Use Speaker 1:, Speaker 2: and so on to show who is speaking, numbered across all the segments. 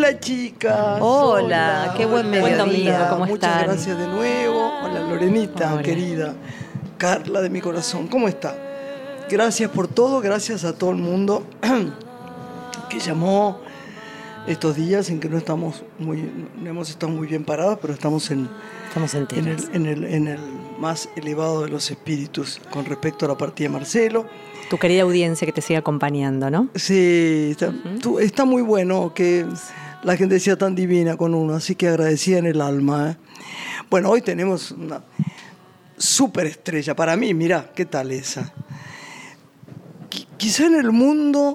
Speaker 1: Hola chicas.
Speaker 2: Hola, qué buen mediodía, ¿cómo
Speaker 1: Muchas
Speaker 2: están?
Speaker 1: gracias de nuevo. Hola Lorenita,
Speaker 2: Hola.
Speaker 1: querida. Carla de mi corazón, ¿cómo está? Gracias por todo, gracias a todo el mundo que llamó estos días en que no hemos estado muy bien paradas, pero estamos en
Speaker 2: enteras.
Speaker 1: en el más elevado de los espíritus con respecto a la partida de Marcelo.
Speaker 2: Tu querida audiencia que te sigue acompañando, ¿no?
Speaker 1: Sí, está muy bueno que la gente sea tan divina con uno, así que agradecida en el alma. Bueno, hoy tenemos una súper estrella para mí, mirá, ¿qué tal esa? Quizá en el mundo,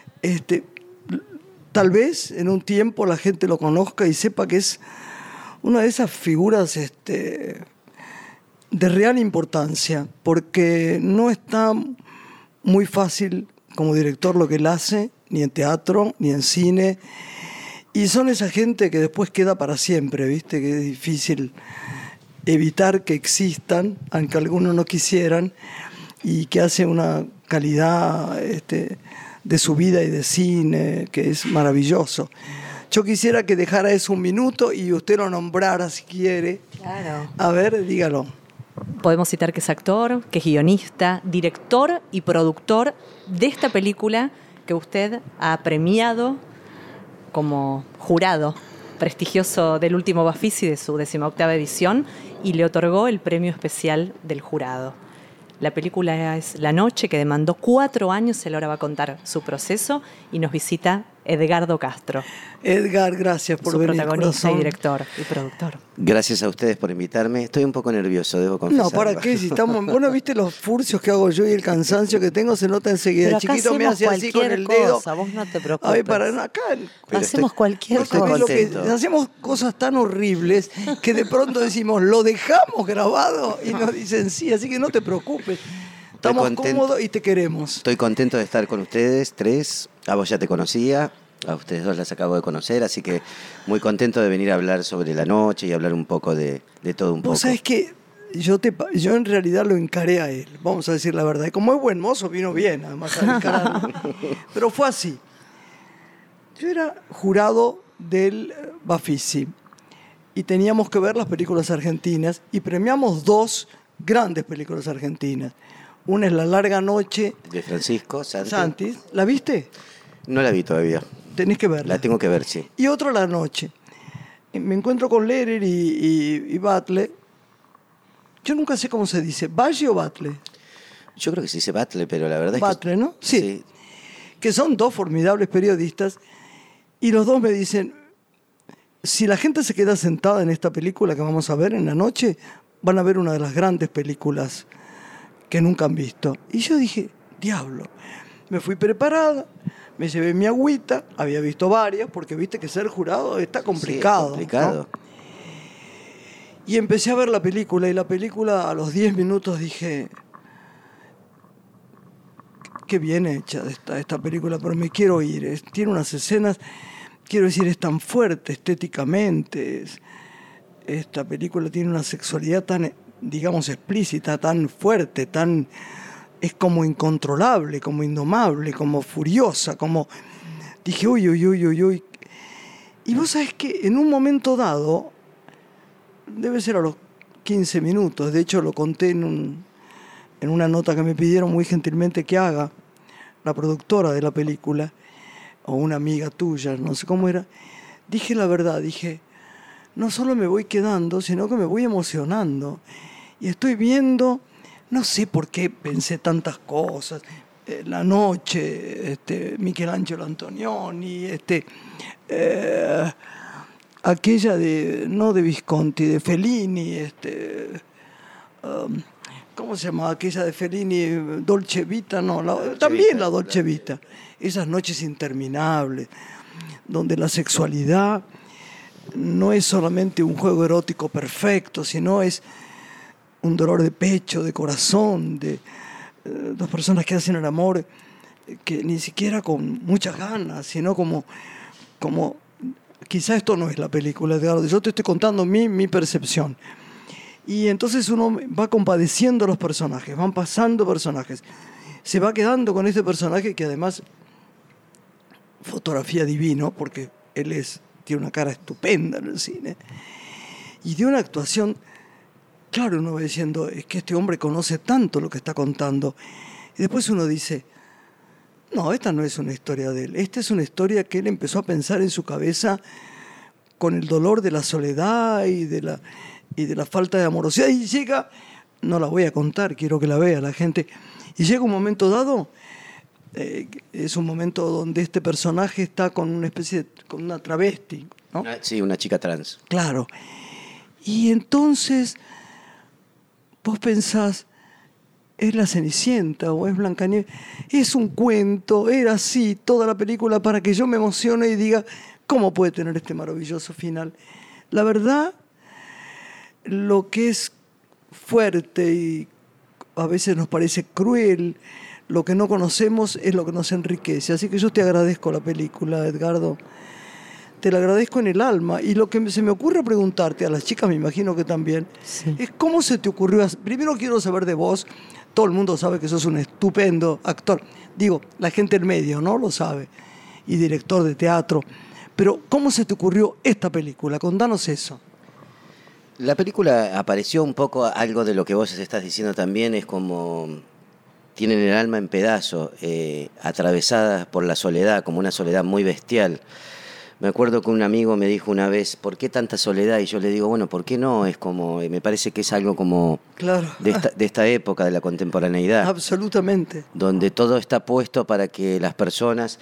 Speaker 1: tal vez en un tiempo la gente lo conozca y sepa que es una de esas figuras de real importancia, porque no está muy fácil como director lo que él hace, ni en teatro, ni en cine, y son esa gente que después queda para siempre, ¿viste? Que es difícil evitar que existan, aunque algunos no quisieran, y que hace una calidad de su vida y de cine que es maravilloso. Yo quisiera que dejara eso un minuto y usted lo nombrara si quiere.
Speaker 2: Claro.
Speaker 1: A ver, dígalo.
Speaker 2: Podemos citar que es actor, que es guionista, director y productor de esta película que usted ha premiado como jurado prestigioso del último Bafisi de su 18ª edición y le otorgó el premio especial del jurado. La película es La Noche, que demandó 4 años, él ahora va a contar su proceso y nos visita Edgardo Castro.
Speaker 1: Edgar, gracias por
Speaker 2: su
Speaker 1: venir.
Speaker 2: Protagonista
Speaker 1: corazón.
Speaker 2: y director y productor.
Speaker 3: Gracias a ustedes por invitarme. Estoy un poco nervioso, debo confesar.
Speaker 1: No, ¿para qué? Si estamos... Vos no viste los furcios que hago yo y el cansancio que tengo, se nota enseguida.
Speaker 2: Pero
Speaker 1: El chiquito me hace así con el
Speaker 2: cosa,
Speaker 1: dedo.
Speaker 2: vos no te preocupes.
Speaker 1: A ver, para acá...
Speaker 3: Pero
Speaker 2: hacemos cualquier
Speaker 1: No sabés
Speaker 2: cosa.
Speaker 1: lo que
Speaker 3: contento.
Speaker 1: hacemos cosas tan horribles que de pronto decimos, lo dejamos grabado y nos dicen sí, así que no te preocupes. Estamos
Speaker 3: contento.
Speaker 1: cómodos y te queremos.
Speaker 3: Estoy contento de estar con ustedes, tres. A vos ya te conocía, a ustedes dos las acabo de conocer, así que muy contento de venir a hablar sobre La Noche y hablar un poco de todo un poco.
Speaker 1: Vos sabés que yo en realidad lo encaré a él, vamos a decir la verdad. Y como es buen mozo, vino bien, además a encararlo. Pero fue así. Yo era jurado del Bafisi y teníamos que ver las películas argentinas y premiamos 2 grandes películas argentinas. Una es La Larga Noche
Speaker 3: De Francisco
Speaker 1: Santis. ¿La viste?
Speaker 3: No la vi todavía.
Speaker 1: Tenés que verla.
Speaker 3: La tengo que ver, sí.
Speaker 1: Y otra La Noche. Me encuentro con Lehrer y Batlle. Yo nunca sé cómo se dice, ¿Valle o Batlle?
Speaker 3: Yo creo que se dice Batlle, pero la verdad es
Speaker 1: Batlle,
Speaker 3: que...
Speaker 1: ¿no? Sí. Que son 2 formidables periodistas y los 2 me dicen, si la gente se queda sentada en esta película que vamos a ver en La Noche, van a ver una de las grandes películas que nunca han visto. Y yo dije, diablo, me fui preparada, me llevé mi agüita, había visto varias, porque viste que ser jurado está complicado.
Speaker 3: Sí, es complicado.
Speaker 1: ¿No? Y empecé a ver la película, y la película a los 10 minutos dije, qué bien hecha esta película, pero me quiero ir. Tiene unas escenas, quiero decir, es tan fuerte estéticamente. Esta película tiene una sexualidad tan, digamos, explícita, tan fuerte, es como incontrolable, como indomable, como furiosa, como... Dije, uy, uy, uy, uy, uy. Y vos sabés que en un momento dado, debe ser a los 15 minutos, de hecho lo conté en una nota que me pidieron muy gentilmente que haga la productora de la película, o una amiga tuya, no sé cómo era, dije la verdad, dije, no solo me voy quedando, sino que me voy emocionando. Y estoy viendo, no sé por qué pensé tantas cosas, La Noche, Michelangelo Antonioni, aquella no de Visconti, de Fellini, ¿cómo se llama? Aquella de Fellini, Dolce Vita, no, también la Dolce Vita. Esas noches interminables, donde la sexualidad no es solamente un juego erótico perfecto, sino es un dolor de pecho, de corazón, de 2 personas que hacen el amor, que ni siquiera con muchas ganas, sino como quizá esto no es la película, Edgardo, yo te estoy contando mi percepción. Y entonces uno va compadeciendo a los personajes, van pasando personajes, se va quedando con este personaje que además fotografía divino, porque él es tiene una cara estupenda en el cine. Y de una actuación, claro, uno va diciendo, es que este hombre conoce tanto lo que está contando. Y después uno dice, no, esta no es una historia de él, esta es una historia que él empezó a pensar en su cabeza con el dolor de la soledad y de la falta de amorosidad. Y llega, no la voy a contar, quiero que la vea la gente, y llega un momento dado, es un momento donde este personaje está con una especie con una travesti, ¿no?
Speaker 3: Sí, una chica trans.
Speaker 1: Claro. Y entonces vos pensás, ¿es la Cenicienta o es Blancanieves? Es un cuento, era así toda la película para que yo me emocione y diga, ¿cómo puede tener este maravilloso final? La verdad, lo que es fuerte y a veces nos parece cruel, lo que no conocemos es lo que nos enriquece. Así que yo te agradezco la película, Edgardo. Te la agradezco en el alma. Y lo que se me ocurre preguntarte, a las chicas me imagino que también,
Speaker 2: Sí.
Speaker 1: es cómo se te ocurrió. Primero quiero saber de vos. Todo el mundo sabe que sos un estupendo actor. Digo, la gente en medio, ¿no? Lo sabe. Y director de teatro. Pero, ¿cómo se te ocurrió esta película? Contanos eso.
Speaker 3: La película apareció un poco algo de lo que vos estás diciendo también, es como tienen el alma en pedazos, atravesadas por la soledad, como una soledad muy bestial. Me acuerdo que un amigo me dijo una vez, ¿por qué tanta soledad? Y yo le digo, bueno, ¿por qué no? Es como, me parece que es algo como
Speaker 1: Claro.
Speaker 3: de esta época, de la contemporaneidad.
Speaker 1: Absolutamente.
Speaker 3: Donde todo está puesto para que las personas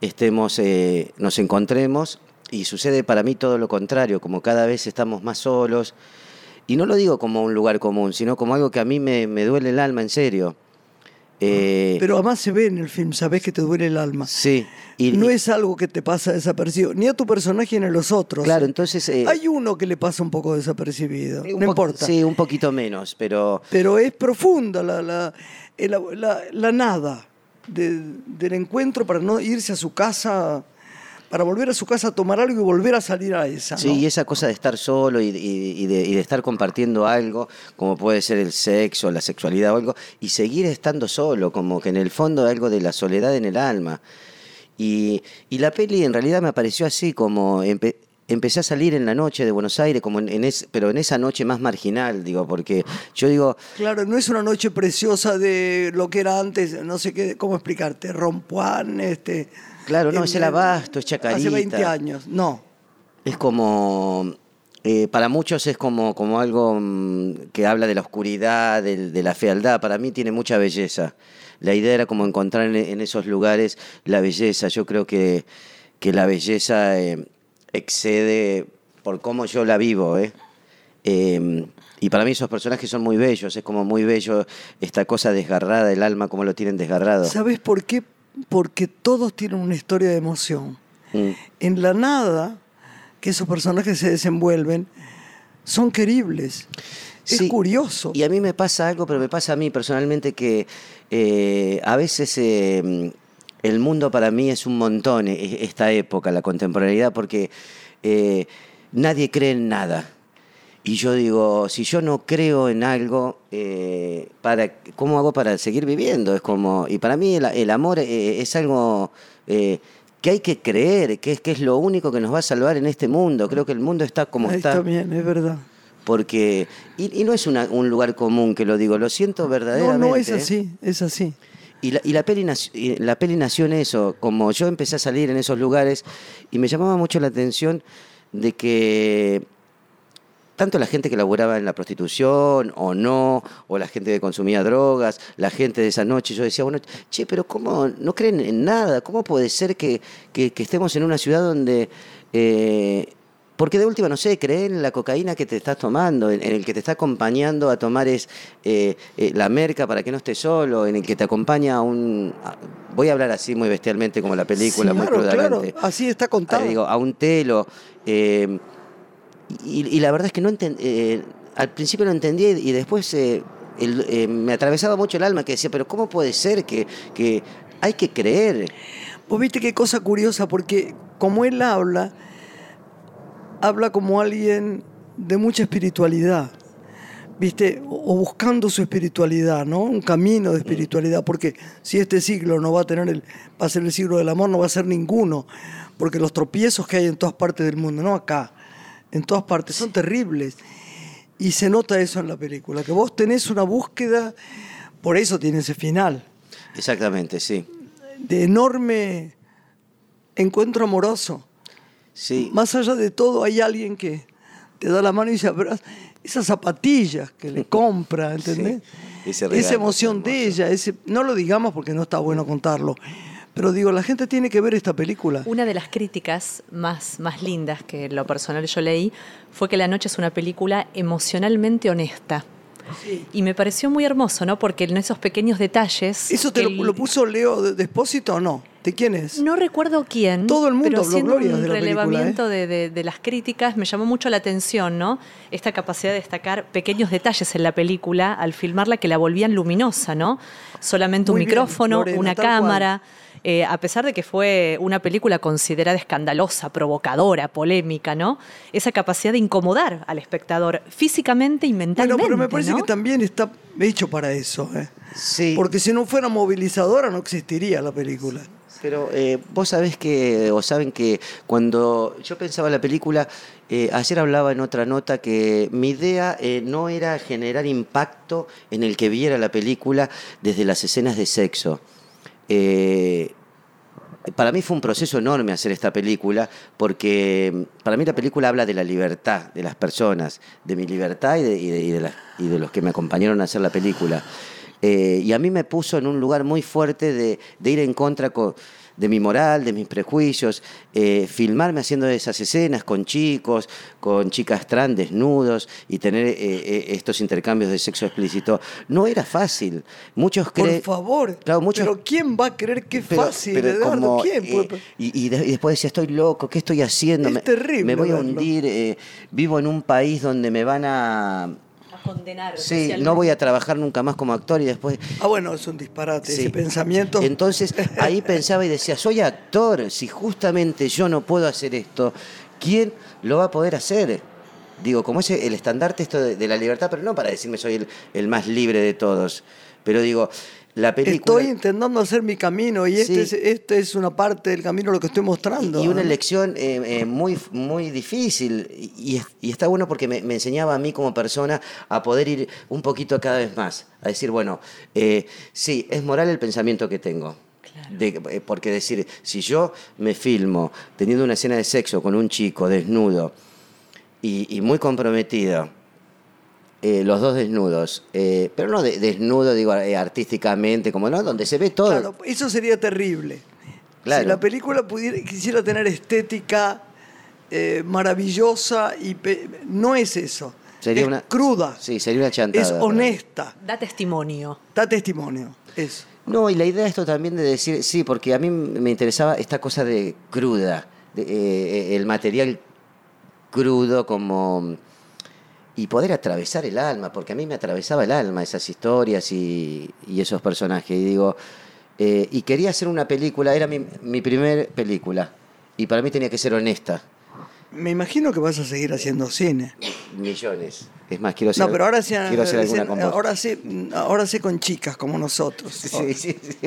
Speaker 3: nos encontremos, y sucede para mí todo lo contrario, como cada vez estamos más solos, y no lo digo como un lugar común, sino como algo que a mí me duele el alma, en serio.
Speaker 1: Pero además se ve en el film, sabés que te duele el alma.
Speaker 3: Sí.
Speaker 1: No es algo que te pasa desapercibido, ni a tu personaje ni a los otros.
Speaker 3: Claro, entonces...
Speaker 1: Hay uno que le pasa un poco desapercibido, no importa.
Speaker 3: Sí, un poquito menos, pero...
Speaker 1: Pero es profunda la nada del encuentro para no irse a su casa, para volver a su casa a tomar algo y volver a salir a esa, ¿no?
Speaker 3: Sí, y esa cosa de estar solo y de estar compartiendo algo, como puede ser el sexo, la sexualidad o algo, y seguir estando solo, como que en el fondo hay algo de la soledad en el alma. Y la peli en realidad me apareció así, como empecé a salir en la noche de Buenos Aires, como pero en esa noche más marginal, digo, porque yo digo...
Speaker 1: Claro, no es una noche preciosa de lo que era antes, no sé qué, cómo explicarte, Rompuán,
Speaker 3: Claro, no, es el Abasto, es Chacarita.
Speaker 1: Hace 20 años, no.
Speaker 3: Es como... para muchos es como algo que habla de la oscuridad, de la fealdad. Para mí tiene mucha belleza. La idea era como encontrar en esos lugares la belleza. Yo creo que la belleza excede por cómo yo la vivo. Y para mí esos personajes son muy bellos. Es como muy bello esta cosa desgarrada del alma, como lo tienen desgarrado.
Speaker 1: ¿Sabes por qué? Porque todos tienen una historia de emoción. En la nada que esos personajes se desenvuelven son queribles.
Speaker 3: Sí,
Speaker 1: es curioso.
Speaker 3: Y a mí me pasa algo, pero me pasa a mí personalmente que a veces el mundo para mí es un montón, esta época, la contemporaneidad, porque nadie cree en nada. Y yo digo, si yo no creo en algo, ¿cómo hago para seguir viviendo? Es como, y para mí el amor es algo que hay que creer, que es lo único que nos va a salvar en este mundo. Creo que el mundo está como
Speaker 1: Ahí
Speaker 3: está.
Speaker 1: está bien, es verdad.
Speaker 3: Porque, y no es un lugar común que lo digo, lo siento verdaderamente.
Speaker 1: No, es así, es así.
Speaker 3: Y la peli nació en eso, como yo empecé a salir en esos lugares, y me llamaba mucho la atención de que tanto la gente que laburaba en la prostitución o no, o la gente que consumía drogas, la gente de esa noche, yo decía, bueno, che, pero ¿cómo no creen en nada? ¿Cómo puede ser que estemos en una ciudad donde... porque de última, no sé, creen en la cocaína que te estás tomando, en el que te está acompañando a tomar la merca para que no estés solo, en el que te acompaña voy a hablar así muy bestialmente como la película,
Speaker 1: sí,
Speaker 3: muy crudamente.
Speaker 1: Claro, así está contado.
Speaker 3: Digo, a un telo... Y la verdad es que al principio no entendía y después me atravesaba mucho el alma, que decía, pero ¿cómo puede ser que hay que creer?
Speaker 1: Vos viste qué cosa curiosa, porque como él habla como alguien de mucha espiritualidad. ¿viste? O buscando su espiritualidad, ¿no? Un camino de espiritualidad, porque si este siglo no va a tener va a ser el siglo del amor, no va a ser ninguno, porque los tropiezos que hay en todas partes del mundo, no acá, en todas partes, son terribles. Y se nota eso en la película, que vos tenés una búsqueda, por eso tiene ese final.
Speaker 3: Exactamente, sí.
Speaker 1: De enorme encuentro amoroso.
Speaker 3: Sí.
Speaker 1: Más allá de todo, hay alguien que te da la mano y se abraza. Esas zapatillas que le compra, ¿entendés?
Speaker 3: Sí, ese regalo,
Speaker 1: esa emoción de ella, no lo digamos porque no está bueno contarlo, pero digo, la gente tiene que ver esta película.
Speaker 2: Una de las críticas más lindas que en lo personal yo leí fue que La noche es una película emocionalmente honesta.
Speaker 1: Sí.
Speaker 2: Y me pareció muy hermoso, ¿no? Porque en esos pequeños detalles...
Speaker 1: ¿Eso te lo puso Leo de Espósito o no? ¿De quién es?
Speaker 2: No recuerdo quién.
Speaker 1: Todo el mundo
Speaker 2: pero
Speaker 1: habló
Speaker 2: haciendo
Speaker 1: glorias
Speaker 2: un
Speaker 1: de la película,
Speaker 2: relevamiento de las críticas, me llamó mucho la atención, ¿no? Esta capacidad de destacar pequeños detalles en la película al filmarla que la volvían luminosa, ¿no? Solamente un
Speaker 1: Muy bien,
Speaker 2: micrófono,
Speaker 1: Lorena,
Speaker 2: una
Speaker 1: tal
Speaker 2: cámara. A pesar de que fue una película considerada escandalosa, provocadora, polémica, ¿no? Esa capacidad de incomodar al espectador físicamente y mentalmente.
Speaker 1: Bueno, pero me parece
Speaker 2: ¿no?
Speaker 1: que también está hecho para eso, ¿eh?
Speaker 3: Sí.
Speaker 1: Porque si no fuera movilizadora no existiría la película.
Speaker 3: Pero vos sabés que, o saben que cuando yo pensaba la película, ayer hablaba en otra nota que mi idea no era generar impacto en el que viera la película desde las escenas de sexo. Para mí fue un proceso enorme hacer esta película, porque para mí la película habla de la libertad de las personas, de mi libertad y de los que me acompañaron a hacer la película. Y a mí me puso en un lugar muy fuerte de ir en contra de mi moral, de mis prejuicios, filmarme haciendo esas escenas con chicos, con chicas trans desnudos y tener estos intercambios de sexo explícito. No era fácil. Muchos creen...
Speaker 1: Por favor,
Speaker 3: claro,
Speaker 1: pero ¿quién va a creer que es fácil,
Speaker 3: pero
Speaker 1: Eduardo?
Speaker 3: como,
Speaker 1: ¿Quién?
Speaker 3: Y después decía, estoy loco, ¿qué estoy haciendo?
Speaker 1: Es terrible
Speaker 3: Me voy a
Speaker 1: verlo.
Speaker 3: hundir, vivo en un país donde me van a
Speaker 2: condenar.
Speaker 3: Sí, no voy a trabajar nunca más como actor y después...
Speaker 1: Bueno, es un disparate
Speaker 3: Sí.
Speaker 1: ese pensamiento.
Speaker 3: Entonces ahí pensaba y decía, soy actor, si justamente yo no puedo hacer esto, ¿quién lo va a poder hacer? Digo, como es el estandarte esto de la libertad, pero no para decirme soy el más libre de todos, pero digo, la película...
Speaker 1: Estoy intentando hacer mi camino y
Speaker 3: Sí.
Speaker 1: este es una parte del camino lo que estoy mostrando.
Speaker 3: Y una
Speaker 1: ¿no?
Speaker 3: elección muy, muy difícil y está bueno porque me enseñaba a mí como persona a poder ir un poquito cada vez más, a decir, bueno, sí, es moral el pensamiento que tengo. Claro. Porque decir, si yo me filmo teniendo una escena de sexo con un chico desnudo y muy comprometido, los dos desnudos, pero no desnudo, digo, artísticamente, como no, donde se ve todo.
Speaker 1: Claro, eso sería terrible.
Speaker 3: Claro.
Speaker 1: Si la película quisiera tener estética maravillosa, no es eso.
Speaker 3: Sería
Speaker 1: es cruda.
Speaker 3: Sí, sería una chantada.
Speaker 1: Es honesta.
Speaker 2: Da testimonio.
Speaker 1: Da testimonio. Eso.
Speaker 3: No, y la idea esto también de decir, sí, porque a mí me interesaba esta cosa de cruda, el material crudo como... Y poder atravesar el alma, porque a mí me atravesaba el alma esas historias y esos personajes. Y digo, y quería hacer una película, era mi primer película, y para mí tenía que ser honesta.
Speaker 1: Me imagino que vas a seguir haciendo cine.
Speaker 3: Millones. Es más, quiero hacer,
Speaker 1: No, pero ahora
Speaker 3: quiero hacer alguna con vos.
Speaker 1: ahora sé con chicas como nosotros.
Speaker 3: Sí, sí, sí.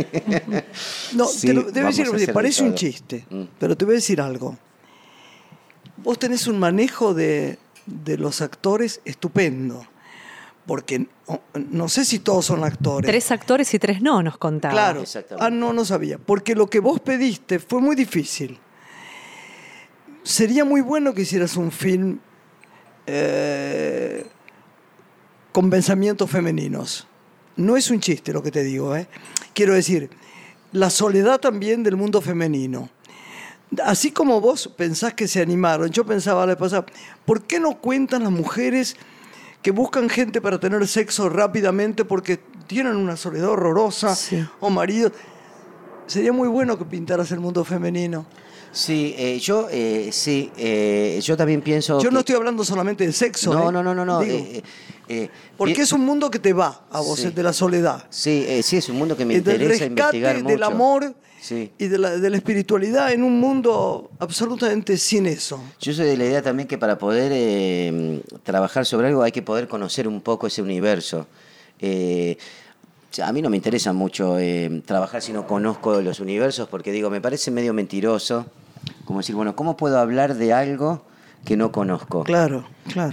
Speaker 1: No,
Speaker 3: Sí,
Speaker 1: te lo debo
Speaker 3: vamos a
Speaker 1: decir,
Speaker 3: hacer
Speaker 1: parece
Speaker 3: de
Speaker 1: un
Speaker 3: todo.
Speaker 1: chiste, pero te voy a decir algo. Vos tenés un manejo de los actores estupendo, porque no sé si todos son actores.
Speaker 2: 3 actores y 3 no, nos contaba.
Speaker 1: Claro.
Speaker 3: Exactamente.
Speaker 1: No sabía. Porque lo que vos pediste fue muy difícil. Sería muy bueno que hicieras un film con pensamientos femeninos. No es un chiste lo que te digo, ¿eh? Quiero decir, la soledad también del mundo femenino. Así como vos pensás que se animaron, yo pensaba la vez pasada, ¿por qué no cuentan las mujeres que buscan gente para tener sexo rápidamente porque tienen una soledad horrorosa
Speaker 2: Sí.
Speaker 1: o marido? Sería muy bueno que pintaras el mundo femenino.
Speaker 3: Sí, yo también pienso.
Speaker 1: Yo no estoy hablando solamente de sexo.
Speaker 3: No.
Speaker 1: Digo, porque es un mundo que te va a vos,
Speaker 3: Sí.
Speaker 1: de la soledad.
Speaker 3: Sí, es un mundo que me
Speaker 1: Y del
Speaker 3: interesa
Speaker 1: rescate
Speaker 3: investigar mucho.
Speaker 1: del amor
Speaker 3: Sí.
Speaker 1: y de la espiritualidad en un mundo absolutamente sin eso.
Speaker 3: Yo soy de la idea también que para poder trabajar sobre algo hay que poder conocer un poco ese universo. A mí no me interesa mucho trabajar si no conozco los universos, porque digo, me parece medio mentiroso, como decir, bueno, ¿cómo puedo hablar de algo que no conozco?
Speaker 1: Claro.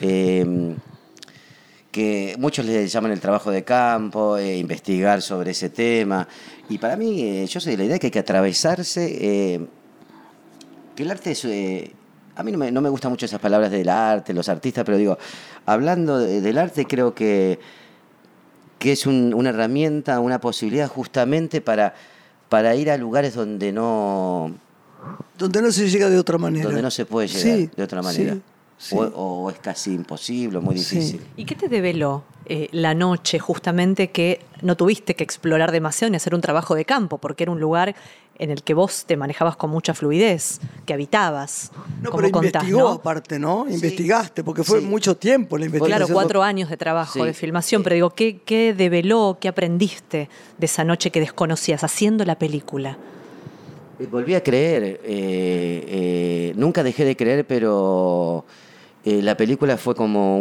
Speaker 3: Que muchos le llaman el trabajo de campo, investigar sobre ese tema. Y para mí, yo soy de la idea que hay que atravesarse, que el arte es... a mí no me gustan mucho esas palabras del arte, los artistas, pero digo, hablando del arte, creo que es una herramienta, una posibilidad justamente para ir a lugares donde no
Speaker 1: se llega de otra manera.
Speaker 3: donde no se puede llegar
Speaker 1: Sí,
Speaker 3: de otra manera.
Speaker 1: sí.
Speaker 3: O es casi imposible, muy difícil.
Speaker 1: Sí.
Speaker 2: ¿Y qué te develó la noche justamente que no tuviste que explorar demasiado ni hacer un trabajo de campo, porque era un lugar en el que vos te manejabas con mucha fluidez, que habitabas?
Speaker 1: No,
Speaker 2: como
Speaker 1: pero
Speaker 2: contás,
Speaker 1: investigó
Speaker 2: ¿no?
Speaker 1: aparte, ¿no?
Speaker 3: Sí.
Speaker 1: Investigaste, porque fue
Speaker 3: Sí.
Speaker 1: mucho tiempo la investigación.
Speaker 2: Claro, 4 años de trabajo,
Speaker 3: Sí.
Speaker 2: de filmación, pero digo, ¿qué develó, qué aprendiste de esa noche que desconocías haciendo la película?
Speaker 3: Volví a creer, nunca dejé de creer, pero la película fue como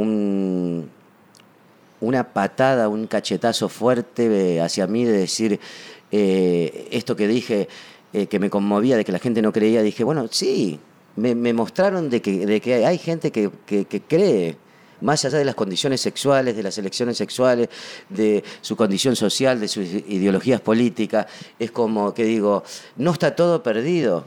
Speaker 3: una patada, un cachetazo fuerte hacia mí de decir, esto que dije, que me conmovía, de que la gente no creía, dije, bueno, sí, me mostraron de que hay gente que cree, más allá de las condiciones sexuales, de las elecciones sexuales, de su condición social, de sus ideologías políticas. Es como que digo, no está todo perdido.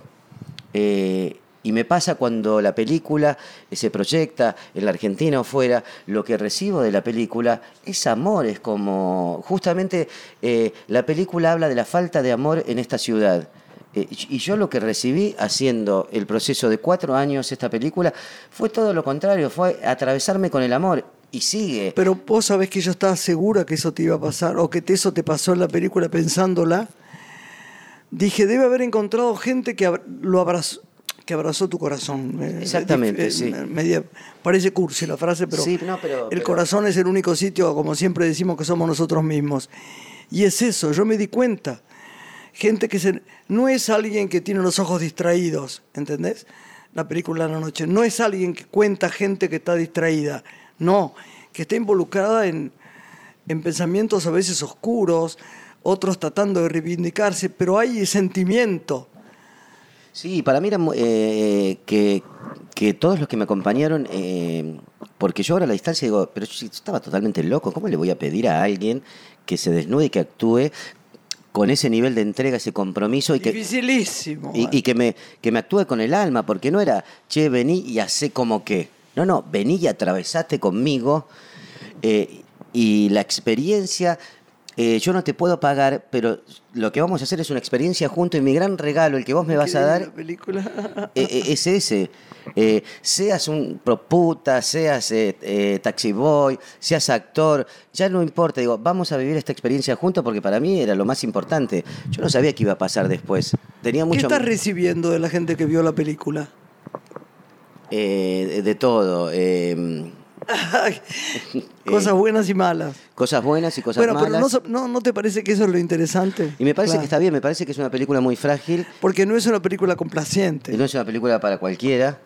Speaker 3: Y me pasa cuando la película se proyecta en la Argentina o fuera, lo que recibo de la película es amor, es como, justamente la película habla de la falta de amor en esta ciudad. Y yo lo que recibí haciendo el proceso de 4 años esta película fue todo lo contrario, fue atravesarme con el amor. Y sigue.
Speaker 1: Pero vos sabés que yo estaba segura que eso te iba a pasar, o que eso te pasó en la película pensándola. Dije, debe haber encontrado gente que lo abrazó, que abrazó tu corazón.
Speaker 3: Exactamente, sí.
Speaker 1: Parece cursi la frase, pero,
Speaker 3: Sí, no,
Speaker 1: el corazón es el único sitio, como siempre decimos, que somos nosotros mismos. Y es eso, yo me di cuenta. Gente que no es alguien que tiene los ojos distraídos, ¿entendés? La película de la noche. No es alguien que cuenta gente que está distraída. No, que está involucrada en pensamientos a veces oscuros, otros tratando de reivindicarse, pero hay sentimiento.
Speaker 3: Sí, para mí era que todos los que me acompañaron, porque yo ahora a la distancia digo, pero yo estaba totalmente loco, ¿cómo le voy a pedir a alguien que se desnude y que actúe con ese nivel de entrega, ese compromiso?
Speaker 1: Dificilísimo.
Speaker 3: Y que me actúe con el alma, porque no era, che, vení y hacé como que. No, vení y atravesaste conmigo, y la experiencia... yo no te puedo pagar, pero lo que vamos a hacer es una experiencia juntos y mi gran regalo, el que vos me vas a dar,
Speaker 1: La película.
Speaker 3: es ese. Seas un proputa, seas taxi boy, seas actor, ya no importa. Digo, vamos a vivir esta experiencia juntos porque para mí era lo más importante. Yo no sabía qué iba a pasar después. Tenía
Speaker 1: ¿Qué
Speaker 3: mucho...
Speaker 1: estás recibiendo de la gente que vio la película?
Speaker 3: de todo.
Speaker 1: Cosas buenas y malas.
Speaker 3: Cosas buenas y cosas malas.
Speaker 1: Pero ¿no te parece que eso es lo interesante?
Speaker 3: Y me parece
Speaker 1: Claro.
Speaker 3: que está bien, me parece que es una película muy frágil.
Speaker 1: Porque no es una película complaciente.
Speaker 3: Y no es una película para cualquiera.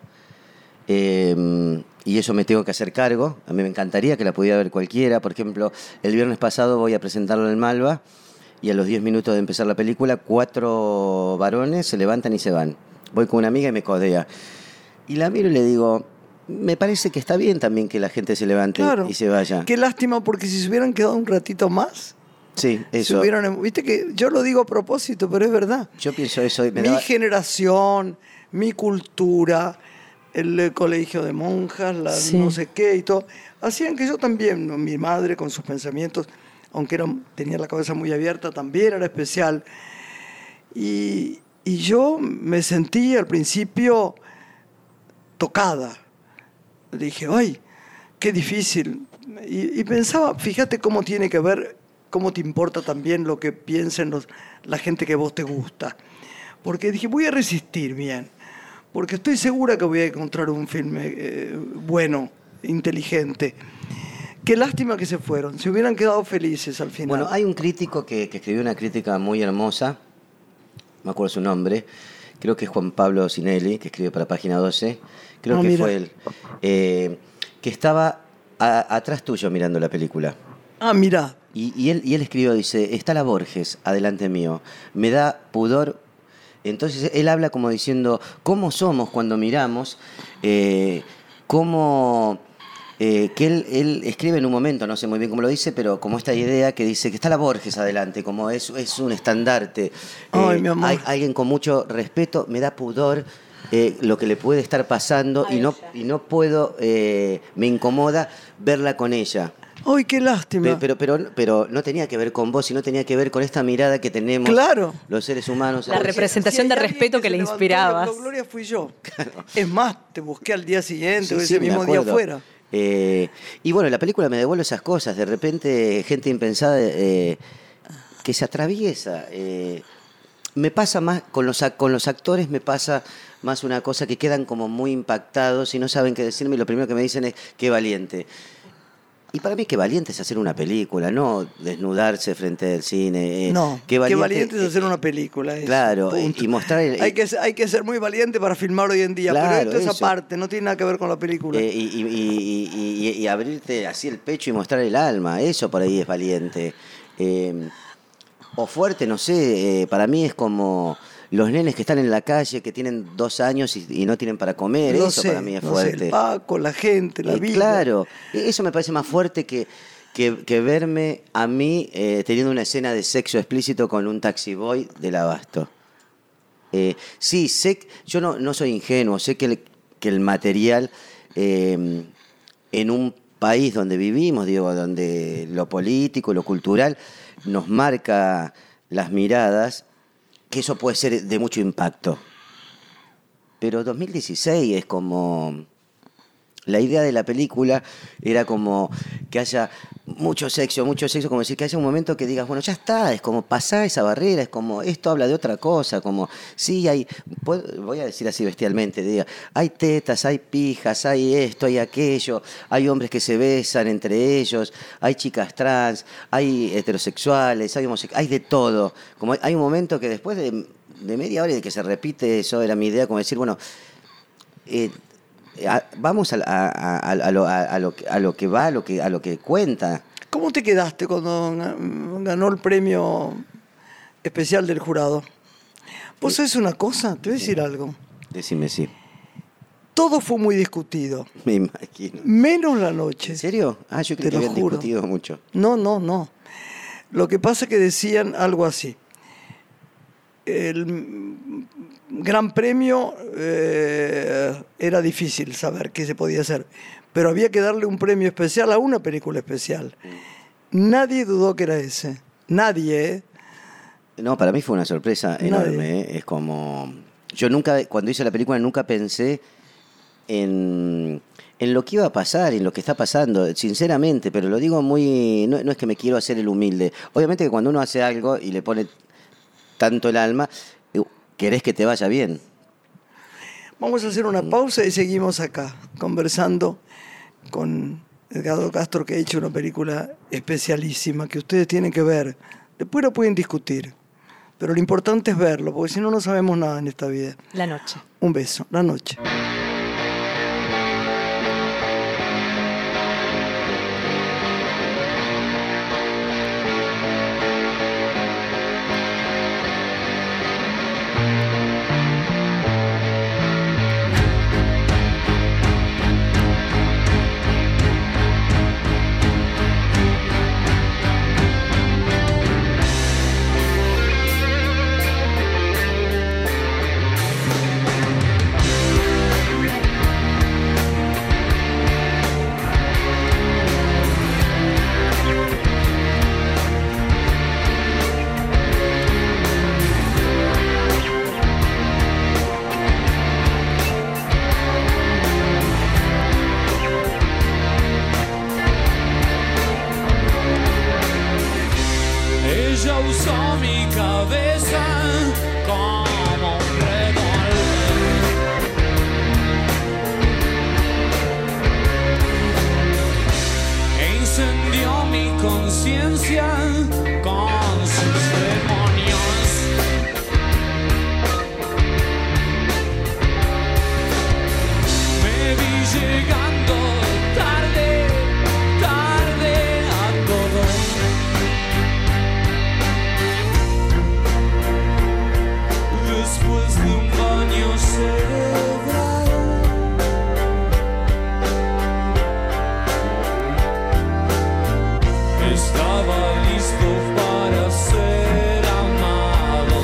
Speaker 3: Y eso me tengo que hacer cargo. A mí me encantaría que la pudiera ver cualquiera. Por ejemplo, el viernes pasado voy a presentarlo en el Malva y a los 10 minutos de empezar la película, 4 varones se levantan y se van. Voy con una amiga y me codea. Y la miro y le digo, me parece que está bien también que la gente se levante y se vaya.
Speaker 1: Qué lástima, porque si se hubieran quedado un ratito más...
Speaker 3: Sí, eso.
Speaker 1: Viste que yo lo digo a propósito, pero es verdad.
Speaker 3: Yo pienso eso.
Speaker 1: Mi generación, mi cultura, el colegio de monjas,
Speaker 2: Sí.
Speaker 1: no sé qué y todo, hacían que yo también, ¿no? Mi madre con sus pensamientos, aunque tenía la cabeza muy abierta, también era especial. Y yo me sentí al principio tocada. Dije, ay, qué difícil. Y pensaba, fíjate cómo tiene que ver, cómo te importa también lo que piensen la gente que vos te gusta. Porque dije, voy a resistir bien. porque estoy segura que voy a encontrar un filme bueno, inteligente. Qué lástima que se fueron, se hubieran quedado felices al final.
Speaker 3: Bueno, hay un crítico que escribió una crítica muy hermosa, no me acuerdo su nombre, creo que es Juan Pablo Sinelli, que escribe para Página 12, creo que
Speaker 1: mira.
Speaker 3: fue él, que estaba atrás tuyo mirando la película.
Speaker 1: Ah, mirá.
Speaker 3: Y él escribió, dice, está la Borges adelante mío, me da pudor. Entonces él habla como diciendo, ¿cómo somos cuando miramos? ¿Cómo...? Que él escribe en un momento, no sé muy bien cómo lo dice, pero como esta idea que dice que está la Borges adelante, como es un estandarte.
Speaker 1: Ay, mi amor.
Speaker 3: Hay alguien con mucho respeto, me da pudor lo que le puede estar pasando y no puedo, me incomoda verla con ella.
Speaker 1: ¡Ay, qué lástima!
Speaker 3: Pero no tenía que ver con vos, sino tenía que ver con esta mirada que tenemos
Speaker 1: Claro.
Speaker 3: los seres humanos.
Speaker 2: La representación de
Speaker 1: hay alguien
Speaker 2: respeto que
Speaker 1: se
Speaker 2: le
Speaker 1: levantó y
Speaker 2: inspirabas.
Speaker 1: habló Gloria fui yo. Es más, te busqué al día siguiente o
Speaker 3: Sí,
Speaker 1: ese
Speaker 3: me
Speaker 1: mismo día
Speaker 3: acuerdo.
Speaker 1: fuera.
Speaker 3: Y bueno, la película me devuelve esas cosas. De repente, gente impensada que se atraviesa. Me pasa más, con los actores me pasa más una cosa que quedan como muy impactados y no saben qué decirme. Y lo primero que me dicen es, qué valiente. Y para mí qué valiente es hacer una película, no desnudarse frente al cine.
Speaker 1: No, qué valiente es hacer una película. Eso,
Speaker 3: claro,
Speaker 1: punto.
Speaker 3: y mostrar...
Speaker 1: Hay que ser muy valiente para filmar hoy en día,
Speaker 3: Claro,
Speaker 1: pero esto es
Speaker 3: eso.
Speaker 1: aparte, no tiene nada que ver con la película.
Speaker 3: Y abrirte así el pecho y mostrar el alma, eso por ahí es valiente. O fuerte, no sé, para mí es como los nenes que están en la calle, que tienen 2 años y no tienen para comer,
Speaker 1: No
Speaker 3: eso
Speaker 1: sé,
Speaker 3: para mí es
Speaker 1: no sé,
Speaker 3: fuerte.
Speaker 1: el Paco, la gente, la vida.
Speaker 3: Claro, eso me parece más fuerte que verme a mí teniendo una escena de sexo explícito con un taxi boy del Abasto. Sí, yo no soy ingenuo, sé que el material en un país donde vivimos, digo, donde lo político, lo cultural nos marca las miradas, que eso puede ser de mucho impacto. Pero 2016 es como... La idea de la película era como que haya mucho sexo, como decir que haya un momento que digas, bueno, ya está, es como pasar esa barrera, es como esto habla de otra cosa, como sí hay, voy a decir así bestialmente, diga, hay tetas, hay pijas, hay esto, hay aquello, hay hombres que se besan entre ellos, hay chicas trans, hay heterosexuales, hay homosexuales, hay de todo. Como hay un momento que después de media hora y de que se repite eso, era mi idea, como decir, bueno, vamos a lo que va, a lo que cuenta.
Speaker 1: ¿Cómo te quedaste cuando ganó el premio especial del jurado? ¿Vos sabés una cosa? Te voy a decir algo.
Speaker 3: Decime sí.
Speaker 1: Todo fue muy discutido,
Speaker 3: Me imagino.
Speaker 1: menos la noche.
Speaker 3: ¿En serio? Yo
Speaker 1: Te
Speaker 3: creí que
Speaker 1: lo
Speaker 3: habían
Speaker 1: juro.
Speaker 3: discutido mucho.
Speaker 1: No. Lo que pasa es que decían algo así. El gran premio era difícil saber qué se podía hacer, pero había que darle un premio especial a una película especial. Nadie dudó que era ese. Nadie, ¿eh?
Speaker 3: No, para mí fue una sorpresa enorme. Es como... Yo nunca, cuando hice la película, nunca pensé en lo que iba a pasar, en lo que está pasando, sinceramente, pero lo digo muy... No es que me quiero hacer el humilde. Obviamente que cuando uno hace algo y le pone tanto el alma, querés que te vaya bien.
Speaker 1: Vamos a hacer una pausa y seguimos acá, conversando con Edgardo Castro, que ha hecho una película especialísima que ustedes tienen que ver. Después lo pueden discutir, pero lo importante es verlo, porque si no, no sabemos nada en esta vida.
Speaker 2: La noche.
Speaker 1: Un beso, La noche.
Speaker 4: Ella usó mi cabeza como un revólver. iglesia con sus demonios. Me vi llegando tarde, tarde a todo. Después de un baño cerebral, estaba listo para ser amado.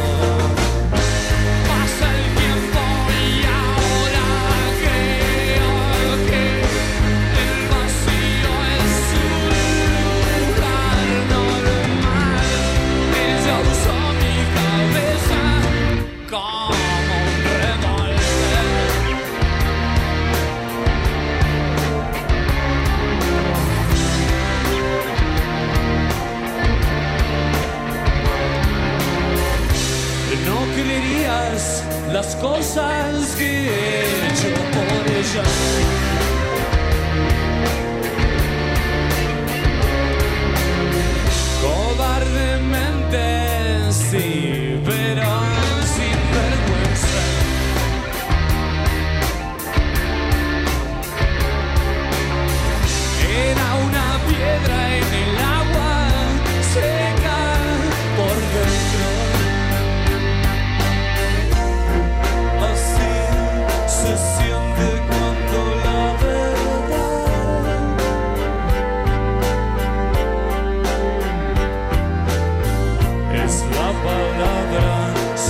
Speaker 4: Pasa el tiempo y ahora creo que el vacío es un lugar normal. Ella usó mi cabeza como un revólver. No creerías las cosas que he hecho por ella. Cobardemente, sí, pero sin vergüenza. Era una piedra en el agua, seca por dentro. Así se siente cuando la verdad es la palabra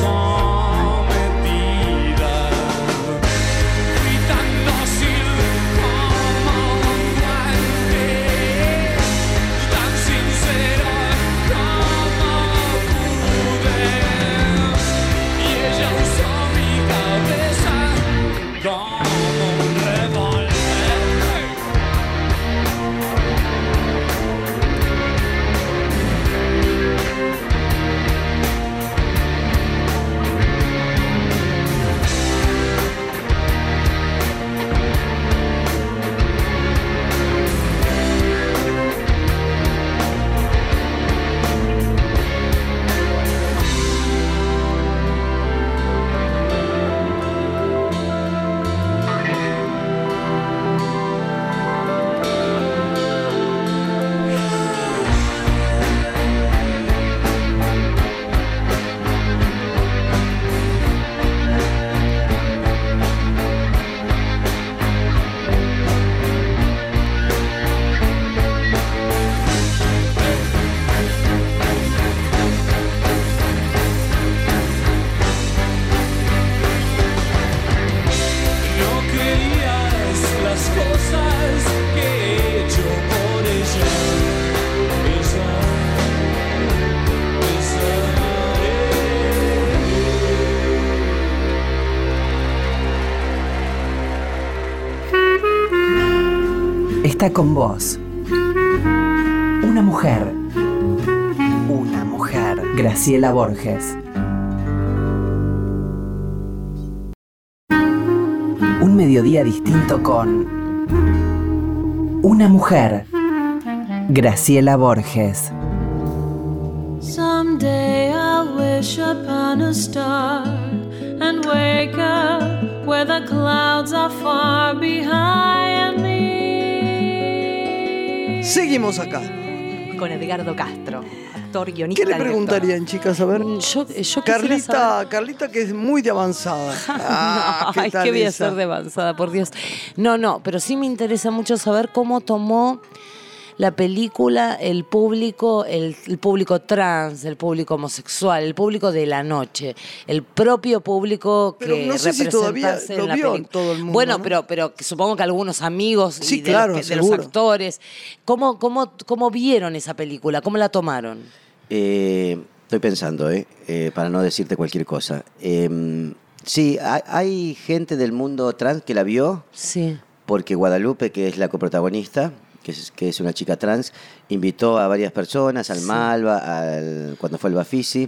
Speaker 4: sometida, gritando sin como un guante, tan sincero como pude. Y ella usó mi cabeza como un revólver. No creías las cosas que he hecho por ella.
Speaker 5: Está con vos. Una mujer. Una mujer. Graciela Borges. Un mediodía distinto con una mujer. Graciela Borges.
Speaker 6: Someday I'll wish upon a star and wake up where the clouds are far behind me.
Speaker 1: Seguimos acá.
Speaker 2: Con Edgardo Castro, actor, guionista.
Speaker 1: ¿Qué le
Speaker 2: director.
Speaker 1: preguntarían, chicas? A ver.
Speaker 7: Yo quisiera saber...
Speaker 1: Carlita, que es muy de avanzada.
Speaker 7: No,
Speaker 1: ¿qué
Speaker 7: ay,
Speaker 1: tal
Speaker 7: ¿qué voy a
Speaker 1: esa?
Speaker 7: ser de avanzada, por Dios? No, pero sí me interesa mucho saber cómo tomó la película el público trans, el público homosexual, el público de la noche, el propio público
Speaker 1: Pero
Speaker 7: que
Speaker 1: no sé si todavía
Speaker 7: representase
Speaker 1: lo
Speaker 7: en la
Speaker 1: vio
Speaker 7: película.
Speaker 1: todo el mundo,
Speaker 7: Bueno,
Speaker 1: ¿no?
Speaker 7: pero que supongo que algunos amigos
Speaker 1: Sí,
Speaker 7: y
Speaker 1: claro,
Speaker 7: de los
Speaker 1: seguro.
Speaker 7: actores, ¿cómo vieron esa película? ¿Cómo la tomaron?
Speaker 3: Estoy pensando, para no decirte cualquier cosa. Sí, hay gente del mundo trans que la vio,
Speaker 7: Sí.
Speaker 3: porque Guadalupe, que es la coprotagonista, que es una chica trans, invitó a varias personas, al Malva, cuando fue el Bafisi.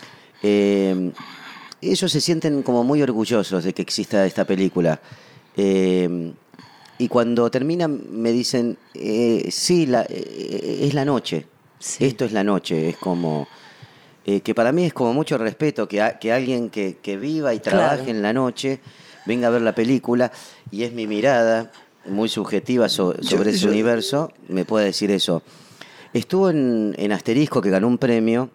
Speaker 3: Ellos se sienten como muy orgullosos de que exista esta película. Y cuando terminan me dicen, sí, es la noche.
Speaker 7: Sí.
Speaker 3: Esto es la noche, es como... que para mí es como mucho respeto que alguien que viva y trabaje
Speaker 7: Claro.
Speaker 3: en la noche venga a ver la película, y es mi mirada muy subjetiva sobre ese universo, me puede decir eso. Estuvo en Asterisco, que ganó un premio,